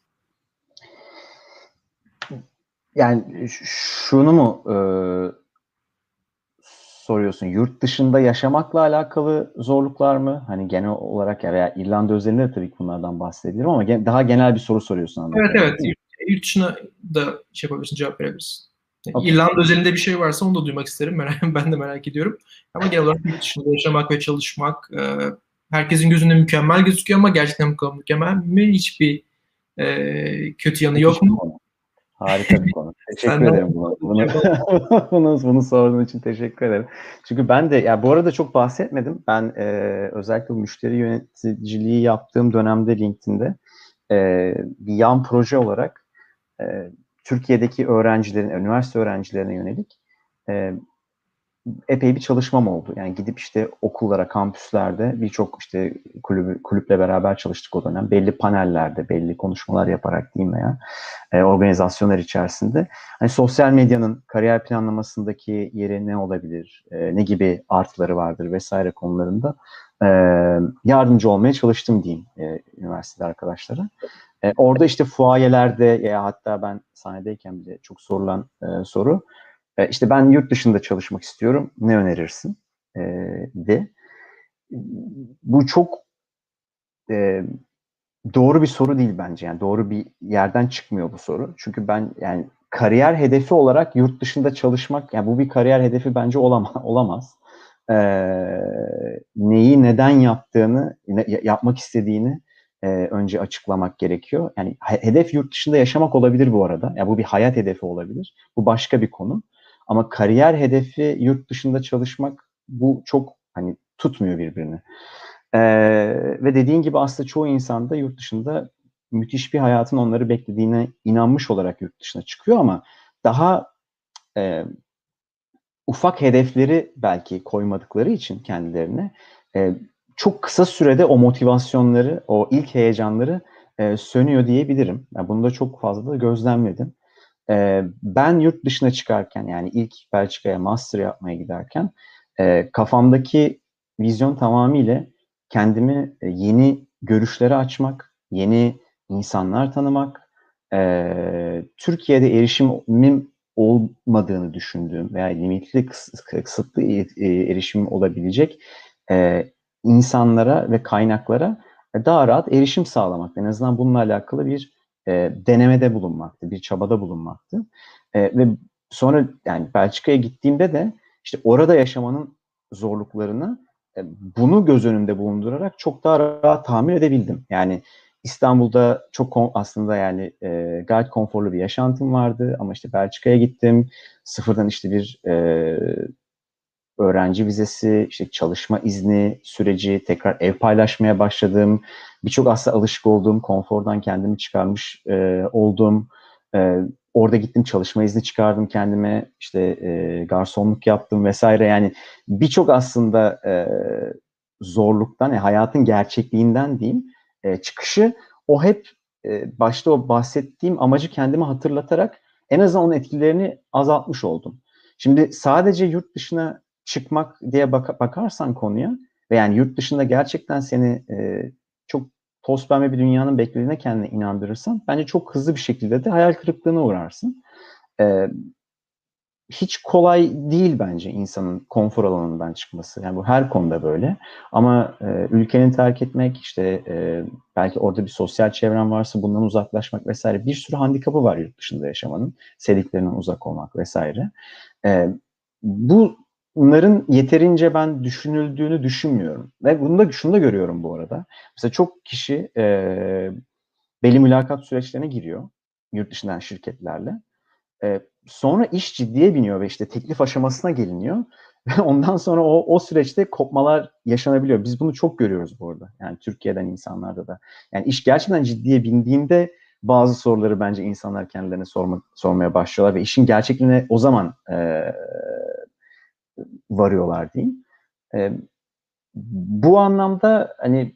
Yani şunu mu e, soruyorsun? Yurt dışında yaşamakla alakalı zorluklar mı? Hani genel olarak ya veya İrlanda özelinde de tabii ki bunlardan bahsedebilirim ama gen- daha genel bir soru soruyorsun anladığım Evet, kadarıyla, evet. değil mi? Yurt, yurt dışına da şey yapabilirsin, cevap verebilirsin. Yani Okey. İrlanda özelinde bir şey varsa onu da duymak isterim. Merak, ben de merak ediyorum. Ama genel olarak yurt dışında yaşamak ve çalışmak e, herkesin gözünde mükemmel gözüküyor ama gerçekten bu kadar mükemmel mi? Hiçbir e, kötü yanı yok Müthiş bir mu? konu. Harika bir konu. Teşekkür Senden ederim bunu. Bunu, bunu, bunu sorduğun için teşekkür ederim. Çünkü ben de ya bu arada çok bahsetmedim. Ben e, özellikle müşteri yöneticiliği yaptığım dönemde LinkedIn'de e, bir yan proje olarak e, Türkiye'deki öğrencilerin, üniversite öğrencilerine yönelik e, epey bir çalışmam oldu. Yani gidip işte okullara, kampüslerde birçok işte kulübü, kulüple beraber çalıştık o dönem. Belli panellerde, belli konuşmalar yaparak diyeyim veya e, organizasyonlar içerisinde. Hani sosyal medyanın kariyer planlamasındaki yeri ne olabilir, e, ne gibi artıları vardır vesaire konularında e, yardımcı olmaya çalıştım diyeyim e, üniversitede arkadaşlara. E, orada işte fuayelerde ya hatta ben sahnedeyken bile çok sorulan e, soru e, işte ben yurt dışında çalışmak istiyorum. Ne önerirsin? E, de. Bu çok e, doğru bir soru değil bence. Yani doğru bir yerden çıkmıyor bu soru. Çünkü ben yani kariyer hedefi olarak yurt dışında çalışmak, yani bu bir kariyer hedefi bence olamaz. olamaz. E, neyi neden yaptığını, ne, yapmak istediğini e, önce açıklamak gerekiyor. Yani hedef yurt dışında yaşamak olabilir bu arada. Yani bu bir hayat hedefi olabilir. Bu başka bir konu. Ama kariyer hedefi yurt dışında çalışmak, bu çok hani tutmuyor birbirini. Ee, ve dediğin gibi aslında çoğu insan da yurt dışında müthiş bir hayatın onları beklediğine inanmış olarak yurt dışına çıkıyor ama daha e, ufak hedefleri belki koymadıkları için kendilerine e, çok kısa sürede o motivasyonları, o ilk heyecanları e, sönüyor diyebilirim. Yani bunu da çok fazla da gözlemledim. E, ben yurt dışına çıkarken, yani ilk Belçika'ya master yapmaya giderken e, kafamdaki vizyon tamamıyla kendimi e, yeni görüşlere açmak, yeni insanlar tanımak, e, Türkiye'de erişimim olmadığını düşündüğüm veya limitli, kısıtlı erişim olabilecek e, insanlara ve kaynaklara daha rahat erişim sağlamak. En azından bununla alakalı bir e, denemede bulunmaktı, bir çabada bulunmaktı. E, ve sonra yani Belçika'ya gittiğimde de işte orada yaşamanın zorluklarını e, bunu göz önünde bulundurarak çok daha rahat tahammül edebildim. Yani İstanbul'da çok aslında yani e, gayet konforlu bir yaşantım vardı ama işte Belçika'ya gittim. Sıfırdan işte bir e, öğrenci vizesi, işte çalışma izni süreci, tekrar ev paylaşmaya başladım. Birçok aslında alışık olduğum konfordan kendimi çıkarmış e, oldum. E, orada gittim çalışma izni çıkardım kendime. İşte e, garsonluk yaptım vesaire. Yani birçok aslında e, zorluktan, yani hayatın gerçekliğinden diyeyim, e, çıkışı o hep e, başta o bahsettiğim amacı kendime hatırlatarak en azından onun etkilerini azaltmış oldum. Şimdi sadece yurt dışına çıkmak diye bak- bakarsan konuya ve yani yurt dışında gerçekten seni e, çok toz pembe bir dünyanın beklediğine kendine inandırırsan bence çok hızlı bir şekilde de hayal kırıklığına uğrarsın. E, hiç kolay değil bence insanın konfor alanından çıkması. Yani bu her konuda böyle. Ama e, ülkeni terk etmek, işte e, belki orada bir sosyal çevren varsa bundan uzaklaşmak vesaire, bir sürü handikapı var yurt dışında yaşamanın. Sevdiklerinden uzak olmak vesaire. E, bunların yeterince ben düşünüldüğünü düşünmüyorum. Ve bunu da, şunu da görüyorum bu arada. Mesela çok kişi e, belli mülakat süreçlerine giriyor yurt dışından şirketlerle. E, sonra iş ciddiye biniyor ve işte teklif aşamasına geliniyor. Ve ondan sonra o, o süreçte kopmalar yaşanabiliyor. Biz bunu çok görüyoruz bu arada. Yani Türkiye'den insanlarda da. Yani iş gerçekten ciddiye bindiğinde bazı soruları bence insanlar kendilerine sorma, sormaya başlıyorlar ve işin gerçekliğine o zaman e, varıyorlar diyeyim. E, bu anlamda hani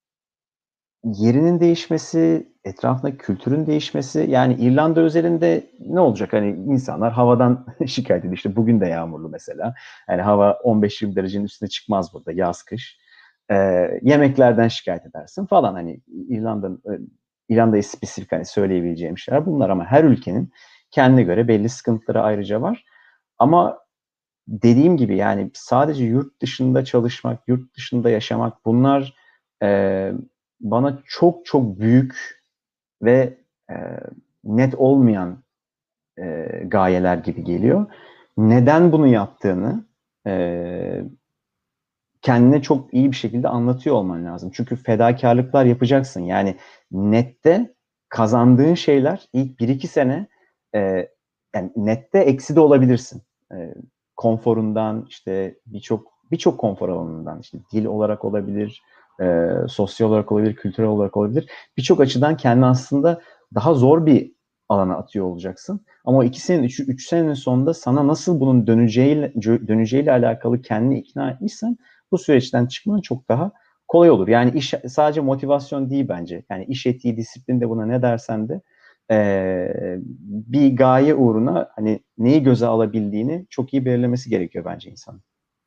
yerinin değişmesi, etrafındaki kültürün değişmesi, yani İrlanda özelinde ne olacak? Hani insanlar havadan şikayet ediyor. İşte bugün de yağmurlu mesela. Yani hava on beş yirmi derecenin üstüne çıkmaz burada yaz kış. Ee, yemeklerden şikayet edersin falan. Hani İrlanda'nın İrlanda'yı spesifik hani söyleyebileceğim şeyler bunlar ama her ülkenin kendine göre belli sıkıntıları ayrıca var. Ama dediğim gibi yani sadece yurt dışında çalışmak, yurt dışında yaşamak, bunlar e, bana çok çok büyük ve e, net olmayan e, gayeler gibi geliyor. Neden bunu yaptığını e, kendine çok iyi bir şekilde anlatıyor olman lazım. Çünkü fedakarlıklar yapacaksın. Yani nette kazandığın şeyler ilk bir iki sene e, yani nette eksi de olabilirsin. E, konforundan işte birçok birçok konfor alanından işte dil olarak olabilir, e, sosyal olarak olabilir, kültürel olarak olabilir. Birçok açıdan kendini aslında daha zor bir alana atıyor olacaksın. Ama o iki sene, üç, üç senenin sonunda sana nasıl bunun döneceğiyle, döneceğiyle alakalı kendini ikna etmişsen bu süreçten çıkman çok daha kolay olur. Yani iş sadece motivasyon değil bence. Yani iş etiği, disiplin de buna ne dersen de ee, bir gaye uğruna hani neyi göze alabildiğini çok iyi belirlemesi gerekiyor bence insanın.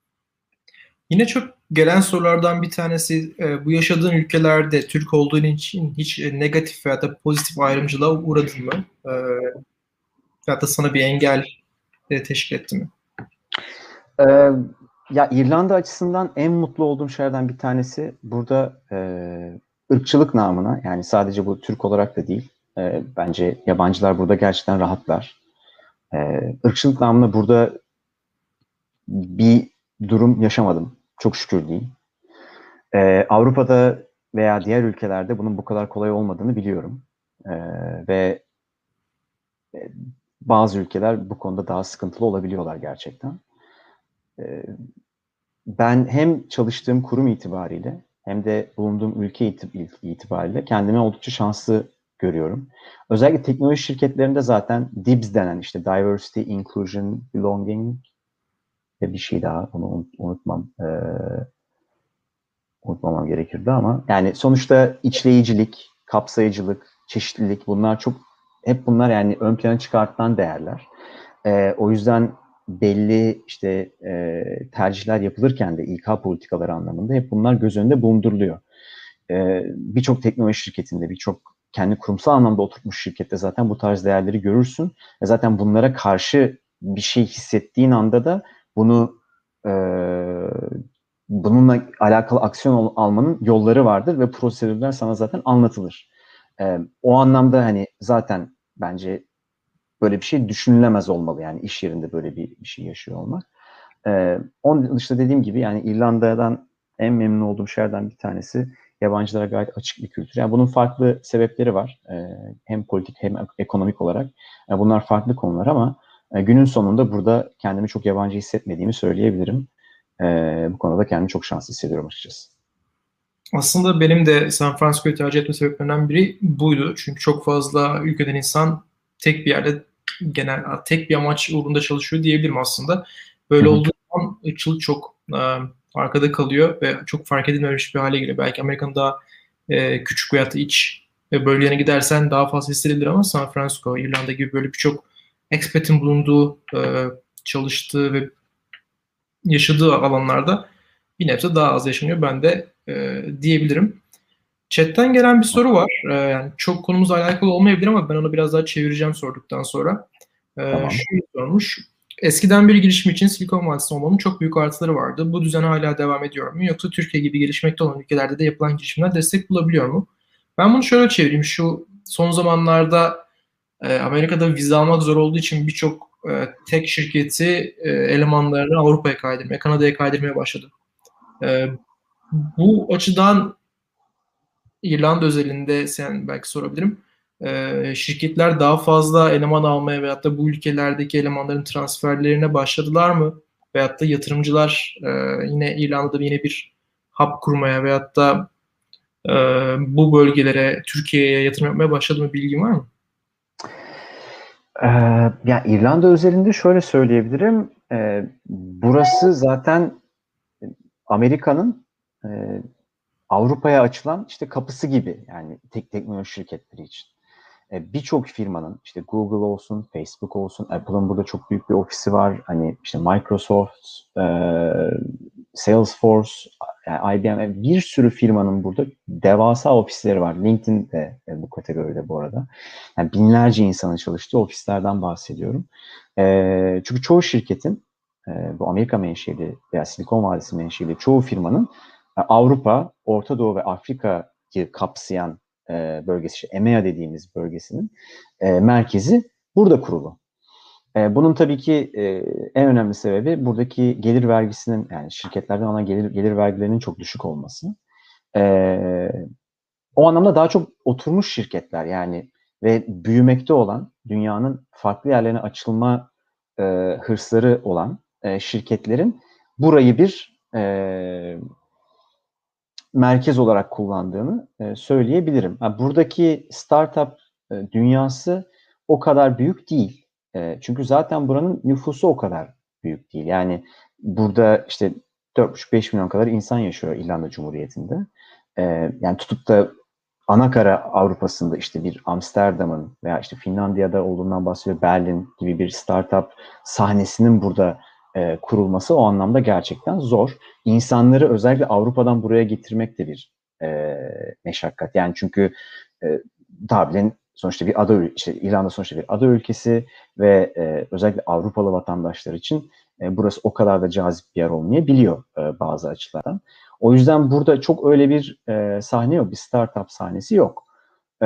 Yine çok gelen sorulardan bir tanesi, e, bu yaşadığın ülkelerde Türk olduğun için hiç e, negatif veya da pozitif ayrımcılığa uğradın mı? E, veya da sana bir engel e, teşkil etti mi? Ee, ya İrlanda açısından en mutlu olduğum şeylerden bir tanesi burada e, ırkçılık namına, yani sadece bu Türk olarak da değil, e, bence yabancılar burada gerçekten rahatlar. E, ırkçılık namına burada bir durum yaşamadım. Çok şükür diyeyim. E, Avrupa'da veya diğer ülkelerde bunun bu kadar kolay olmadığını biliyorum. E, ve e, bazı ülkeler bu konuda daha sıkıntılı olabiliyorlar gerçekten. E, Ben hem çalıştığım kurum itibariyle hem de bulunduğum ülke itibariyle kendimi oldukça şanslı görüyorum. Özellikle teknoloji şirketlerinde zaten D I B S denen, işte Diversity, Inclusion, Belonging ve bir şey daha, onu unutmam, ee, unutmamam gerekirdi ama yani sonuçta içleyicilik, kapsayıcılık, çeşitlilik, bunlar çok, hep bunlar yani ön plana çıkartılan değerler. Ee, o yüzden belli işte e, tercihler yapılırken de İK politikaları anlamında hep bunlar göz önünde bulunduruluyor. Ee, birçok teknoloji şirketinde, birçok kendi kurumsal anlamda oturtmuş şirkette zaten bu tarz değerleri görürsün. Ve zaten bunlara karşı bir şey hissettiğin anda da bunu e, bununla alakalı aksiyon al- almanın yolları vardır ve prosedürler sana zaten anlatılır. Ee, o anlamda hani zaten bence böyle bir şey düşünülemez olmalı, yani iş yerinde böyle bir, bir şey yaşıyor olmak. Ee, onun dışında dediğim gibi yani İrlanda'dan en memnun olduğum şeylerden bir tanesi yabancılara gayet açık bir kültür. Yani bunun farklı sebepleri var. Ee, hem politik hem ekonomik olarak. Yani bunlar farklı konular ama e, günün sonunda burada kendimi çok yabancı hissetmediğimi söyleyebilirim. Ee, bu konuda kendimi çok şanslı hissediyorum açıkçası. Aslında benim de San Francisco'yu tercih etme sebeplerinden biri buydu. Çünkü çok fazla ülkeden insan tek bir yerde, genel tek bir amaç uğrunda çalışıyor diyebilirim aslında. Hı Böyle hı. olduğu zaman ırkçılık çok e, arkada kalıyor ve çok fark edilmemiş bir hale geliyor. Belki Amerika'nın daha e, küçük veya da iç ve bölgelerine gidersen daha fazla hissedilir ama San Francisco, İrlanda gibi böyle birçok expatin bulunduğu, e, çalıştığı ve yaşadığı alanlarda bir nebze daha az yaşanıyor. Ben de e, diyebilirim. Chat'ten gelen bir soru var. Ee, yani çok konumuzla alakalı olmayabilir ama ben onu biraz daha çevireceğim sorduktan sonra. Ee, Tamam. şöyle sormuş. Eskiden bir girişim için Silikon Vadisi'nde olmanın çok büyük artıları vardı. Bu düzen hala devam ediyor mu? Yoksa Türkiye gibi gelişmekte olan ülkelerde de yapılan girişimler destek bulabiliyor mu? Ben bunu şöyle çevireyim. Şu son zamanlarda e, Amerika'da vize almak zor olduğu için birçok e, tech şirketi e, elemanlarını Avrupa'ya kaydırmaya, Kanada'ya kaydırmaya başladı. E, bu açıdan İrlanda özelinde sen belki sorabilirim. Ee, şirketler daha fazla eleman almaya veyahut da bu ülkelerdeki elemanların transferlerine başladılar mı? Veyahut da yatırımcılar e, yine İrlanda'da yine bir hub kurmaya veyahut da e, bu bölgelere, Türkiye'ye yatırım yapmaya başladı mı, bilgin var mı? Ee, ya İrlanda özelinde şöyle söyleyebilirim. Ee, burası zaten Amerika'nın e, Avrupa'ya açılan işte kapısı gibi, yani tek teknoloji şirketleri için. E, birçok firmanın, işte Google olsun, Facebook olsun, Apple'ın burada çok büyük bir ofisi var. Hani işte Microsoft, e, Salesforce, yani I B M, bir sürü firmanın burada devasa ofisleri var. LinkedIn de e, bu kategoride bu arada. Yani binlerce insanın çalıştığı ofislerden bahsediyorum. E, çünkü çoğu şirketin, e, bu Amerika menşeli veya Silikon Vadisi menşeli çoğu firmanın e, Avrupa, Orta Doğu ve Afrika'yı kapsayan e, bölgesi, işte E M E A dediğimiz bölgesinin e, merkezi burada kurulu. E, bunun tabii ki e, en önemli sebebi buradaki gelir vergisinin, yani şirketlerden alınan gelir, gelir vergilerinin çok düşük olması. E, o anlamda daha çok oturmuş şirketler, yani ve büyümekte olan, dünyanın farklı yerlerine açılma e, hırsları olan e, şirketlerin burayı bir e, merkez olarak kullandığını e, söyleyebilirim. Ha, buradaki startup e, dünyası o kadar büyük değil. E, çünkü zaten buranın nüfusu o kadar büyük değil. Yani burada işte dört buçuk beş milyon kadar insan yaşıyor İrlanda Cumhuriyeti'nde. E, yani tutup da ana kara Avrupa'sında işte bir Amsterdam'ın veya işte Finlandiya'da olduğundan bahsediyor, Berlin gibi bir startup sahnesinin burada e, kurulması o anlamda gerçekten zor. İnsanları özellikle Avrupa'dan buraya getirmek de bir e, meşakkat. Yani çünkü e, Dublin sonuçta bir ada, işte İrlanda sonuçta bir ada ülkesi ve e, özellikle Avrupalı vatandaşlar için e, burası o kadar da cazip bir yer olmayabiliyor e, bazı açılardan. O yüzden burada çok öyle bir e, sahne yok, bir startup sahnesi yok. E,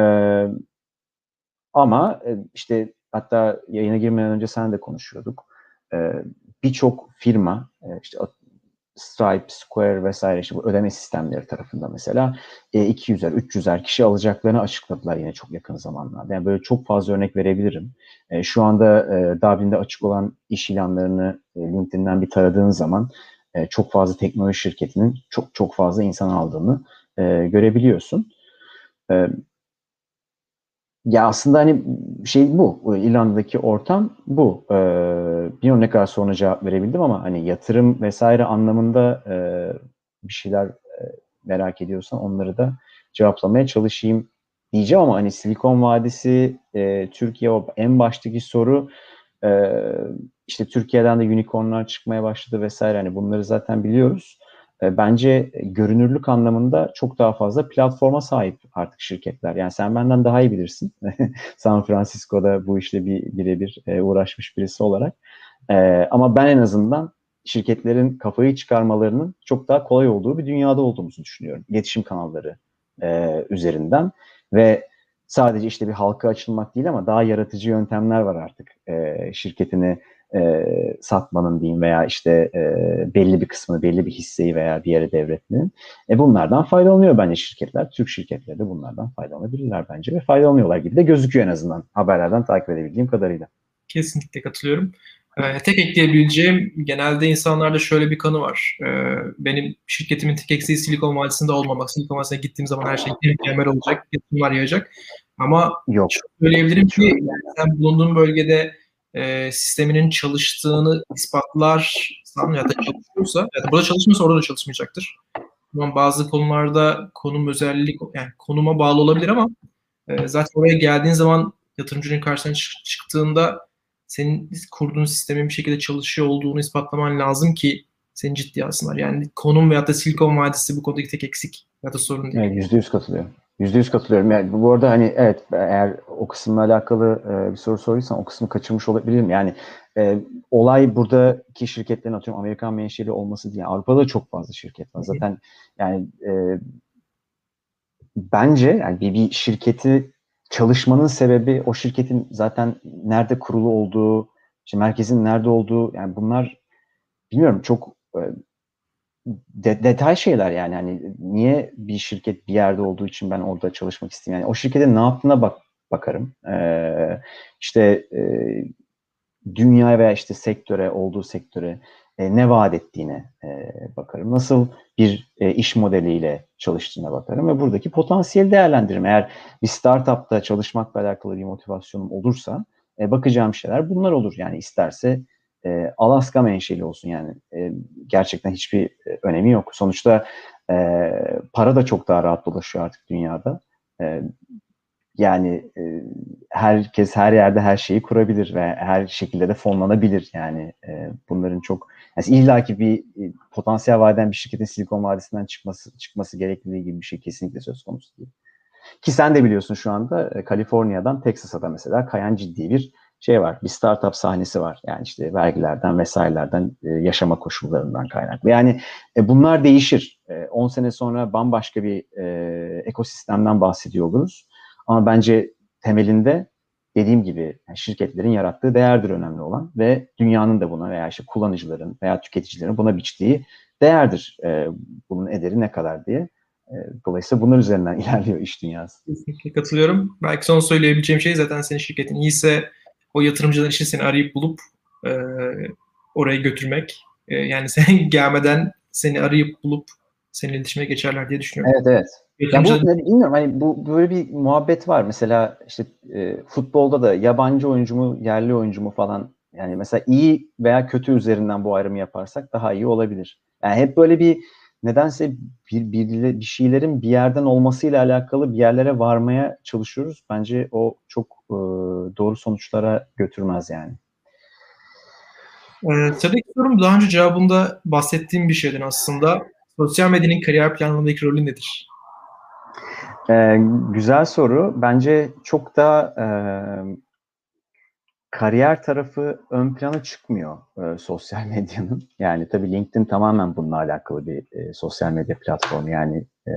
ama e, işte hatta yayına girmeden önce sen de konuşuyorduk. E, Birçok firma, e, işte Stripe, Square vesaire işte bu ödeme sistemleri tarafında mesela e, iki yüzer, üç yüzer kişi alacaklarını açıkladılar yine çok yakın zamanlarda. Yani böyle çok fazla örnek verebilirim. E, şu anda e, Dublin'de açık olan iş ilanlarını e, LinkedIn'den bir taradığın zaman e, çok fazla teknoloji şirketinin çok çok fazla insan aldığını e, görebiliyorsun. E, Ya aslında hani şey bu, İrlanda'daki ortam bu. Ee, bilmiyorum ne kadar sonra cevap verebildim ama hani yatırım vesaire anlamında e, bir şeyler e, merak ediyorsan onları da cevaplamaya çalışayım diyeceğim ama hani Silikon Vadisi, e, Türkiye o en baştaki soru e, işte Türkiye'den de unicornlar çıkmaya başladı vesaire hani bunları zaten biliyoruz. E, bence görünürlük anlamında çok daha fazla platforma sahip artık şirketler. Yani sen benden daha iyi bilirsin. San Francisco'da bu işle bir birebir e, uğraşmış birisi olarak. E, ama ben en azından şirketlerin kafayı çıkarmalarının çok daha kolay olduğu bir dünyada olduğumuzu düşünüyorum. İletişim kanalları e, üzerinden ve sadece işte bir halka açılmak değil ama daha yaratıcı yöntemler var artık e, şirketini e, satmanın diyeyim veya işte e, belli bir kısmını, belli bir hisseyi veya bir yere devretmenin. E, bunlardan faydalanıyor bence şirketler. Türk şirketleri de bunlardan faydalanabilirler bence ve faydalanıyorlar gibi de gözüküyor en azından haberlerden takip edebildiğim kadarıyla. Kesinlikle katılıyorum. Ee, tek ekleyebileceğim, genelde insanlarda şöyle bir kanı var. Ee, benim şirketimin tek eksiği Silikon Vadisi'nde olmamak. Silikon Vadisi'ne gittiğim zaman her şey mükemmel olacak, yatırımlar yayacak. Ama Yok. şunu söyleyebilirim Hiç ki öyle. yani sen bulunduğun bölgede e, sisteminin çalıştığını ispatlarsan ya da çalışıyorsa, ya da burada çalışmıyorsa orada da çalışmayacaktır. Ama bazı konularda konum özellik, yani konuma bağlı olabilir ama e, zaten oraya geldiğin zaman yatırımcının karşısına çık- çıktığında senin kurduğun sistemin bir şekilde çalışıyor olduğunu ispatlaman lazım ki seni ciddiye alsınlar. Yani konum veyahut da Silikon Vadisi bu konudaki tek eksik ya da sorun değil. Evet, yüzde yüz katılıyorum. Yüzde yüz katılıyorum. Yani bu arada hani evet eğer o kısımla alakalı e, bir soru soruysan o kısmı kaçırmış olabilirim. Yani e, olay buradaki şirketlerin atıyorum Amerikan menşeli olması değil. Yani Avrupa'da çok fazla şirket var. Zaten yani e, bence yani bir, bir şirketi çalışmanın sebebi o şirketin zaten nerede kurulu olduğu, işte merkezin nerede olduğu yani bunlar bilmiyorum çok e, de, detay şeyler yani hani niye bir şirket bir yerde olduğu için ben orada çalışmak isteyeyim yani o şirketin ne yaptığına bak bakarım ee, işte e, dünyaya veya işte sektöre olduğu sektöre e, ne vaat ettiğine e, bakarım nasıl bir e, iş modeliyle çalıştığına bakarım ve buradaki potansiyeli değerlendiririm eğer bir startupta çalışmakla alakalı bir motivasyonum olursa e, bakacağım şeyler bunlar olur yani isterse e, Alaska menşeli olsun yani e, gerçekten hiçbir e, önemi yok. Sonuçta e, para da çok daha rahat dolaşıyor artık dünyada. E, yani e, herkes her yerde her şeyi kurabilir ve her şekilde de fonlanabilir yani e, bunların çok yani illaki bir e, potansiyel vadeden bir şirketin Silikon Vadisi'nden çıkması çıkması gerekliliği gibi bir şey kesinlikle söz konusu değil. Ki sen de biliyorsun şu anda e, Kaliforniya'dan Texas'a da mesela kayan ciddi bir şey var. Bir startup sahnesi var. Yani işte vergilerden vesairelerden e, yaşama koşullarından kaynaklı. Yani e, bunlar değişir. E, on sene sonra bambaşka bir e, ekosistemden bahsediyor oluruz. Ama bence temelinde dediğim gibi yani şirketlerin yarattığı değerdir önemli olan ve dünyanın da buna veya işte kullanıcıların veya tüketicilerin buna biçtiği değerdir. E, bunun ederi ne kadar diye. Dolayısıyla bunlar üzerinden ilerliyor iş dünyası. Kesinlikle katılıyorum. Belki son söyleyebileceğim şey zaten senin şirketin iyiyse o yatırımcılar için seni arayıp bulup e, oraya götürmek. E, yani sen gelmeden seni arayıp bulup seninle iletişime geçerler diye düşünüyorum. Evet evet. Ya bu ne, bilmiyorum, hani bu böyle bir muhabbet var. Mesela işte e, futbolda da yabancı oyuncu mu, yerli oyuncu mu falan. Yani mesela iyi veya kötü üzerinden bu ayrımı yaparsak daha iyi olabilir. Yani hep böyle bir nedense bir, bir, bir şeylerin bir yerden olmasıyla alakalı bir yerlere varmaya çalışıyoruz. Bence o çok e, doğru sonuçlara götürmez yani. Ee, sıradaki sorum daha önce cevabında bahsettiğim bir şeyden aslında. Sosyal medyanın kariyer planlamadaki rolü nedir? Ee, güzel soru. Bence çok da e, kariyer tarafı ön plana çıkmıyor e, sosyal medyanın. Yani tabii LinkedIn tamamen bununla alakalı bir e, sosyal medya platformu. Yani e,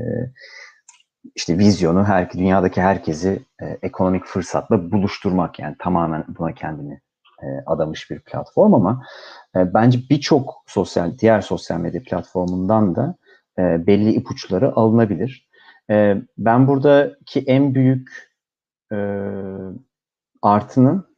işte vizyonu her dünyadaki herkesi e, ekonomik fırsatla buluşturmak, yani tamamen buna kendini e, adamış bir platform, ama e, bence birçok sosyal diğer sosyal medya platformundan da e, belli ipuçları alınabilir. E, ben buradaki en büyük e, artının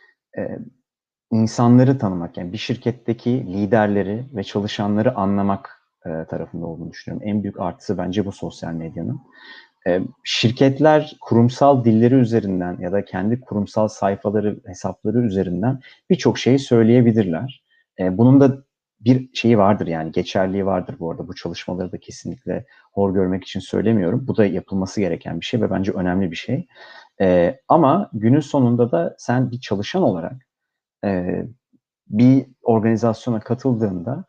e, insanları tanımak, yani bir şirketteki liderleri ve çalışanları anlamak e, tarafında olduğunu düşünüyorum. En büyük artısı bence bu sosyal medyanın. E, şirketler kurumsal dilleri üzerinden ya da kendi kurumsal sayfaları, hesapları üzerinden birçok şeyi söyleyebilirler. E, bunun da bir şeyi vardır, yani geçerliği vardır bu arada. Bu çalışmaları da kesinlikle hor görmek için söylemiyorum. Bu da yapılması gereken bir şey ve bence önemli bir şey. E, ama günün sonunda da sen bir çalışan olarak e, bir organizasyona katıldığında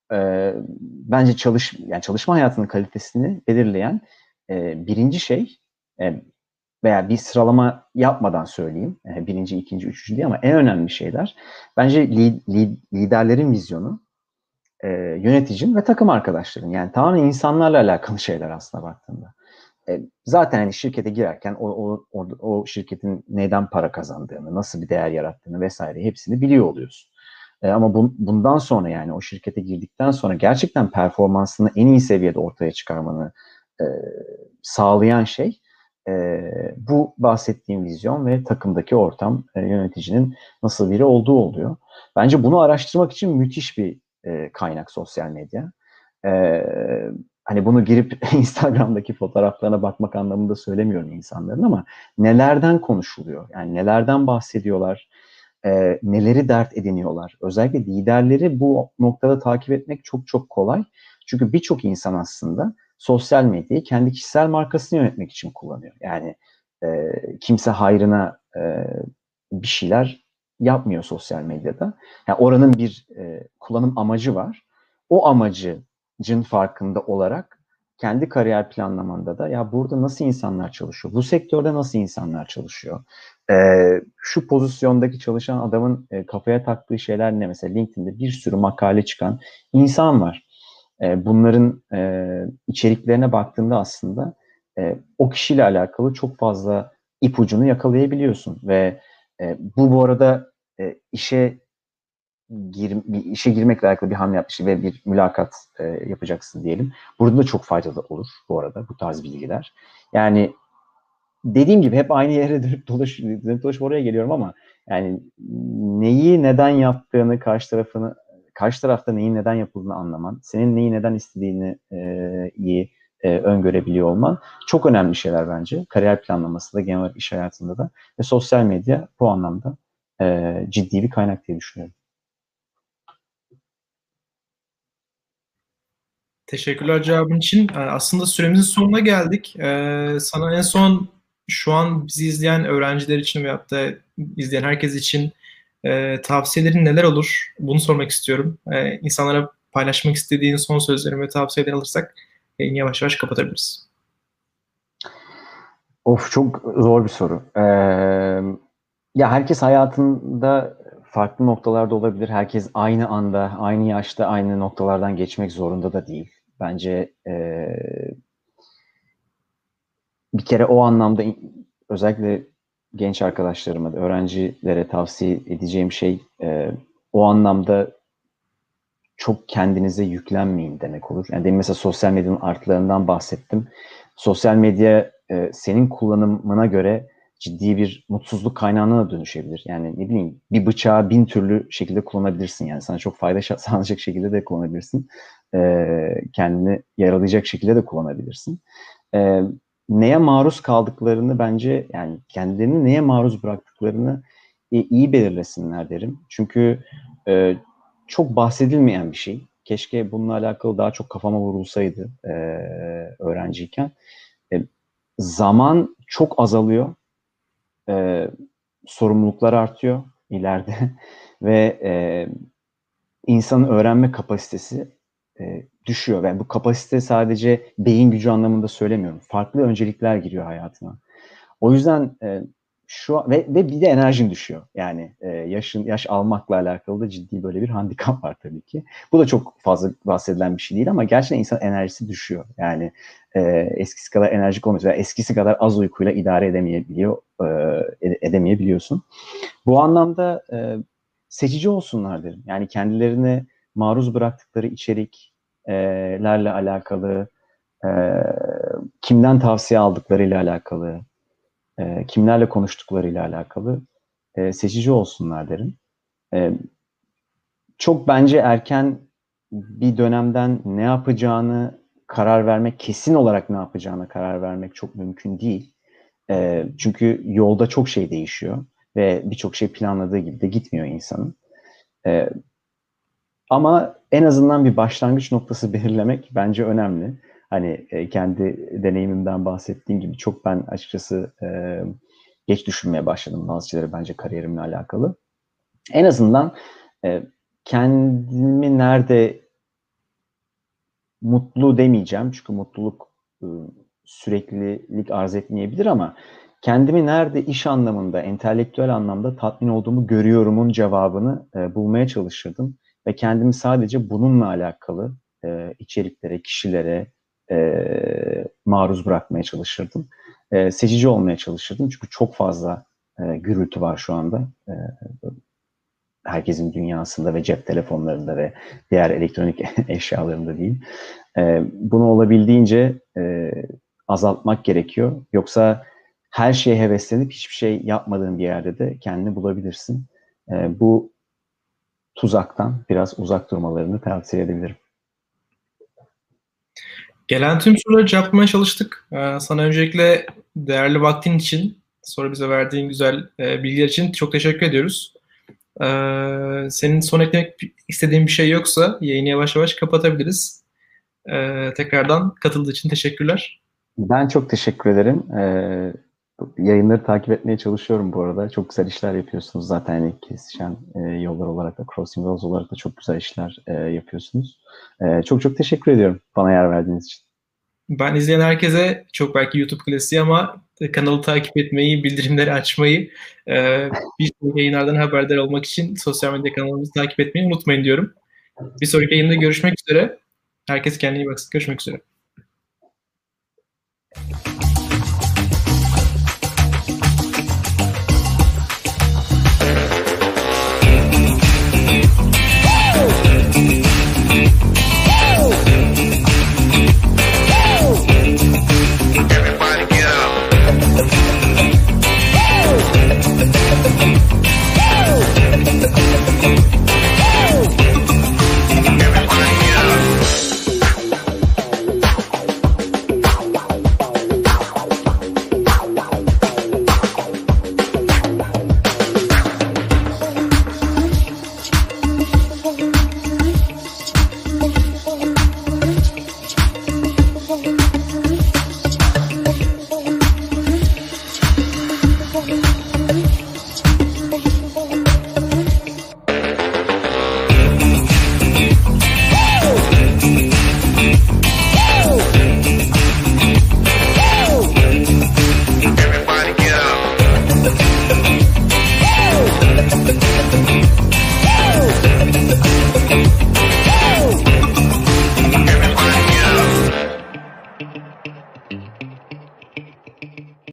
e, bence çalış yani çalışma hayatının kalitesini belirleyen e, birinci şey, e, veya bir sıralama yapmadan söyleyeyim, e, birinci, ikinci, üçüncü diye, ama en önemli şeyler bence li, li, liderlerin vizyonu, e, yöneticin ve takım arkadaşların. Yani tamamen insanlarla alakalı şeyler aslında baktığında. E, zaten hani şirkete girerken o, o, o, o şirketin neden para kazandığını, nasıl bir değer yarattığını vesaire hepsini biliyor oluyorsun. E, ama bu, bundan sonra, yani o şirkete girdikten sonra gerçekten performansını en iyi seviyede ortaya çıkarmanı e, sağlayan şey e, bu bahsettiğim vizyon ve takımdaki ortam, e, yöneticinin nasıl biri olduğu oluyor. Bence bunu araştırmak için müthiş bir e, kaynak sosyal medya. E, Hani bunu girip Instagram'daki fotoğraflarına bakmak anlamında söylemiyorum insanların, ama nelerden konuşuluyor, yani nelerden bahsediyorlar, e, neleri dert ediniyorlar. Özellikle liderleri bu noktada takip etmek çok çok kolay. Çünkü birçok insan aslında sosyal medyayı kendi kişisel markasını yönetmek için kullanıyor. Yani e, kimse hayrına e, bir şeyler yapmıyor sosyal medyada. Yani oranın bir e, kullanım amacı var. O amacın farkında olarak kendi kariyer planlamanda da, ya burada nasıl insanlar çalışıyor, bu sektörde nasıl insanlar çalışıyor, ee, şu pozisyondaki çalışan adamın e, kafaya taktığı şeyler ne? Mesela LinkedIn'de bir sürü makale çıkan insan var. E, bunların e, içeriklerine baktığında aslında e, o kişiyle alakalı çok fazla ipucunu yakalayabiliyorsun ve e, bu bu arada e, işe gir, bir işe girmekle alakalı bir hamle yapmışsın ve bir mülakat e, yapacaksın diyelim. Burada da çok faydalı olur bu arada bu tarz bilgiler. Yani dediğim gibi hep aynı yere dönüp dolaş, dönüp dolaşıp oraya geliyorum, ama yani neyi neden yaptığını, karşı tarafını, karşı tarafta neyin neden yapıldığını anlaman, senin neyi neden istediğini e, iyi e, öngörebiliyor olman çok önemli şeyler bence. Kariyer planlaması da, genel olarak iş hayatında da, ve sosyal medya bu anlamda e, ciddi bir kaynak diye düşünüyorum. Teşekkürler cevabın için. Ee, Aslında süremizin sonuna geldik. Ee, sana en son şu an bizi izleyen öğrenciler için veyahut da izleyen herkes için e, tavsiyelerin neler olur? Bunu sormak istiyorum. Ee, insanlara paylaşmak istediğin son sözlerin ve tavsiyeler alırsak yayını yavaş yavaş kapatabiliriz. Of, çok zor bir soru. Ee, ya herkes hayatında farklı noktalarda olabilir. Herkes aynı anda, aynı yaşta, aynı noktalardan geçmek zorunda da değil. Bence e, bir kere o anlamda özellikle genç arkadaşlarıma da, öğrencilere tavsiye edeceğim şey e, o anlamda çok kendinize yüklenmeyin demek olur. Yani demin mesela sosyal medyanın artılarından bahsettim. Sosyal medya e, senin kullanımına göre ciddi bir mutsuzluk kaynağına da dönüşebilir. Yani ne bileyim, bir bıçağı bin türlü şekilde kullanabilirsin. Yani sana çok fayda sağlayacak şekilde de kullanabilirsin. Ee, kendini yaralayacak şekilde de kullanabilirsin. Ee, neye maruz kaldıklarını bence, yani kendilerini neye maruz bıraktıklarını e, iyi belirlesinler derim. Çünkü e, çok bahsedilmeyen bir şey. Keşke bununla alakalı daha çok kafama vurulsaydı e, öğrenciyken. E, zaman çok azalıyor. E, sorumluluklar artıyor ileride ve e, insanın öğrenme kapasitesi e, düşüyor. Yani bu kapasite sadece beyin gücü anlamında söylemiyorum. Farklı öncelikler giriyor hayatına. O yüzden e, şu ve, ve bir de enerjin düşüyor. Yani e, yaşın yaş almakla alakalı da ciddi böyle bir handikap var tabii ki. Bu da çok fazla bahsedilen bir şey değil ama gerçekten insan enerjisi düşüyor. Yani e, eskisi kadar enerjik olmuyor veya eskisi kadar az uykuyla idare edemeyebiliyor, e, edemeyebiliyorsun. Bu anlamda e, seçici olsunlar derim. Yani kendilerine maruz bıraktıkları içeriklerle alakalı, e, kimden tavsiye aldıklarıyla alakalı, e, kimlerle konuştuklarıyla alakalı e, seçici olsunlar derim. E, çok bence erken bir dönemden ne yapacağını karar vermek, kesin olarak ne yapacağına karar vermek çok mümkün değil. E, çünkü yolda çok şey değişiyor ve birçok şey planladığı gibi de gitmiyor insanın. E, ama en azından bir başlangıç noktası belirlemek bence önemli. Hani e, kendi deneyimimden bahsettiğim gibi çok ben açıkçası e, geç düşünmeye başladım bazı şeyleri bence kariyerimle alakalı. En azından e, kendimi nerede mutlu demeyeceğim çünkü mutluluk e, süreklilik arz etmeyebilir ama kendimi nerede iş anlamında, entelektüel anlamda tatmin olduğumu görüyorumun cevabını e, bulmaya çalışırdım. Ve kendimi sadece bununla alakalı e, içeriklere, kişilere e, maruz bırakmaya çalışırdım. E, seçici olmaya çalışırdım. Çünkü çok fazla e, gürültü var şu anda. E, herkesin dünyasında ve cep telefonlarında ve diğer elektronik eşyalarında değil. E, bunu olabildiğince e, azaltmak gerekiyor. Yoksa her şeye heveslenip hiçbir şey yapmadığın bir yerde de kendini bulabilirsin. E, bu tuzaktan biraz uzak durmalarını tavsiye edebilirim. Gelen tüm soruları cevaplamaya çalıştık. Ee, sana öncelikle değerli vaktin için, sonra bize verdiğin güzel e, bilgiler için çok teşekkür ediyoruz. Ee, senin son eklemek istediğin bir şey yoksa yayını yavaş yavaş kapatabiliriz. Ee, tekrardan katıldığı için teşekkürler. Ben çok teşekkür ederim. Ee, yayınları takip etmeye çalışıyorum bu arada. Çok güzel işler yapıyorsunuz zaten. Yani kesişen e, yollar olarak da, Crossing Roads olarak da çok güzel işler e, yapıyorsunuz. E, çok çok teşekkür ediyorum bana yer verdiğiniz için. Ben izleyen herkese çok belki YouTube klasiği ama kanalı takip etmeyi, bildirimleri açmayı, e, bir sonraki yayınlardan haberdar olmak için sosyal medya kanalımızı takip etmeyi unutmayın diyorum. Bir sonraki yayında görüşmek üzere. Herkes kendine iyi baksın. Görüşmek üzere. Everybody get up.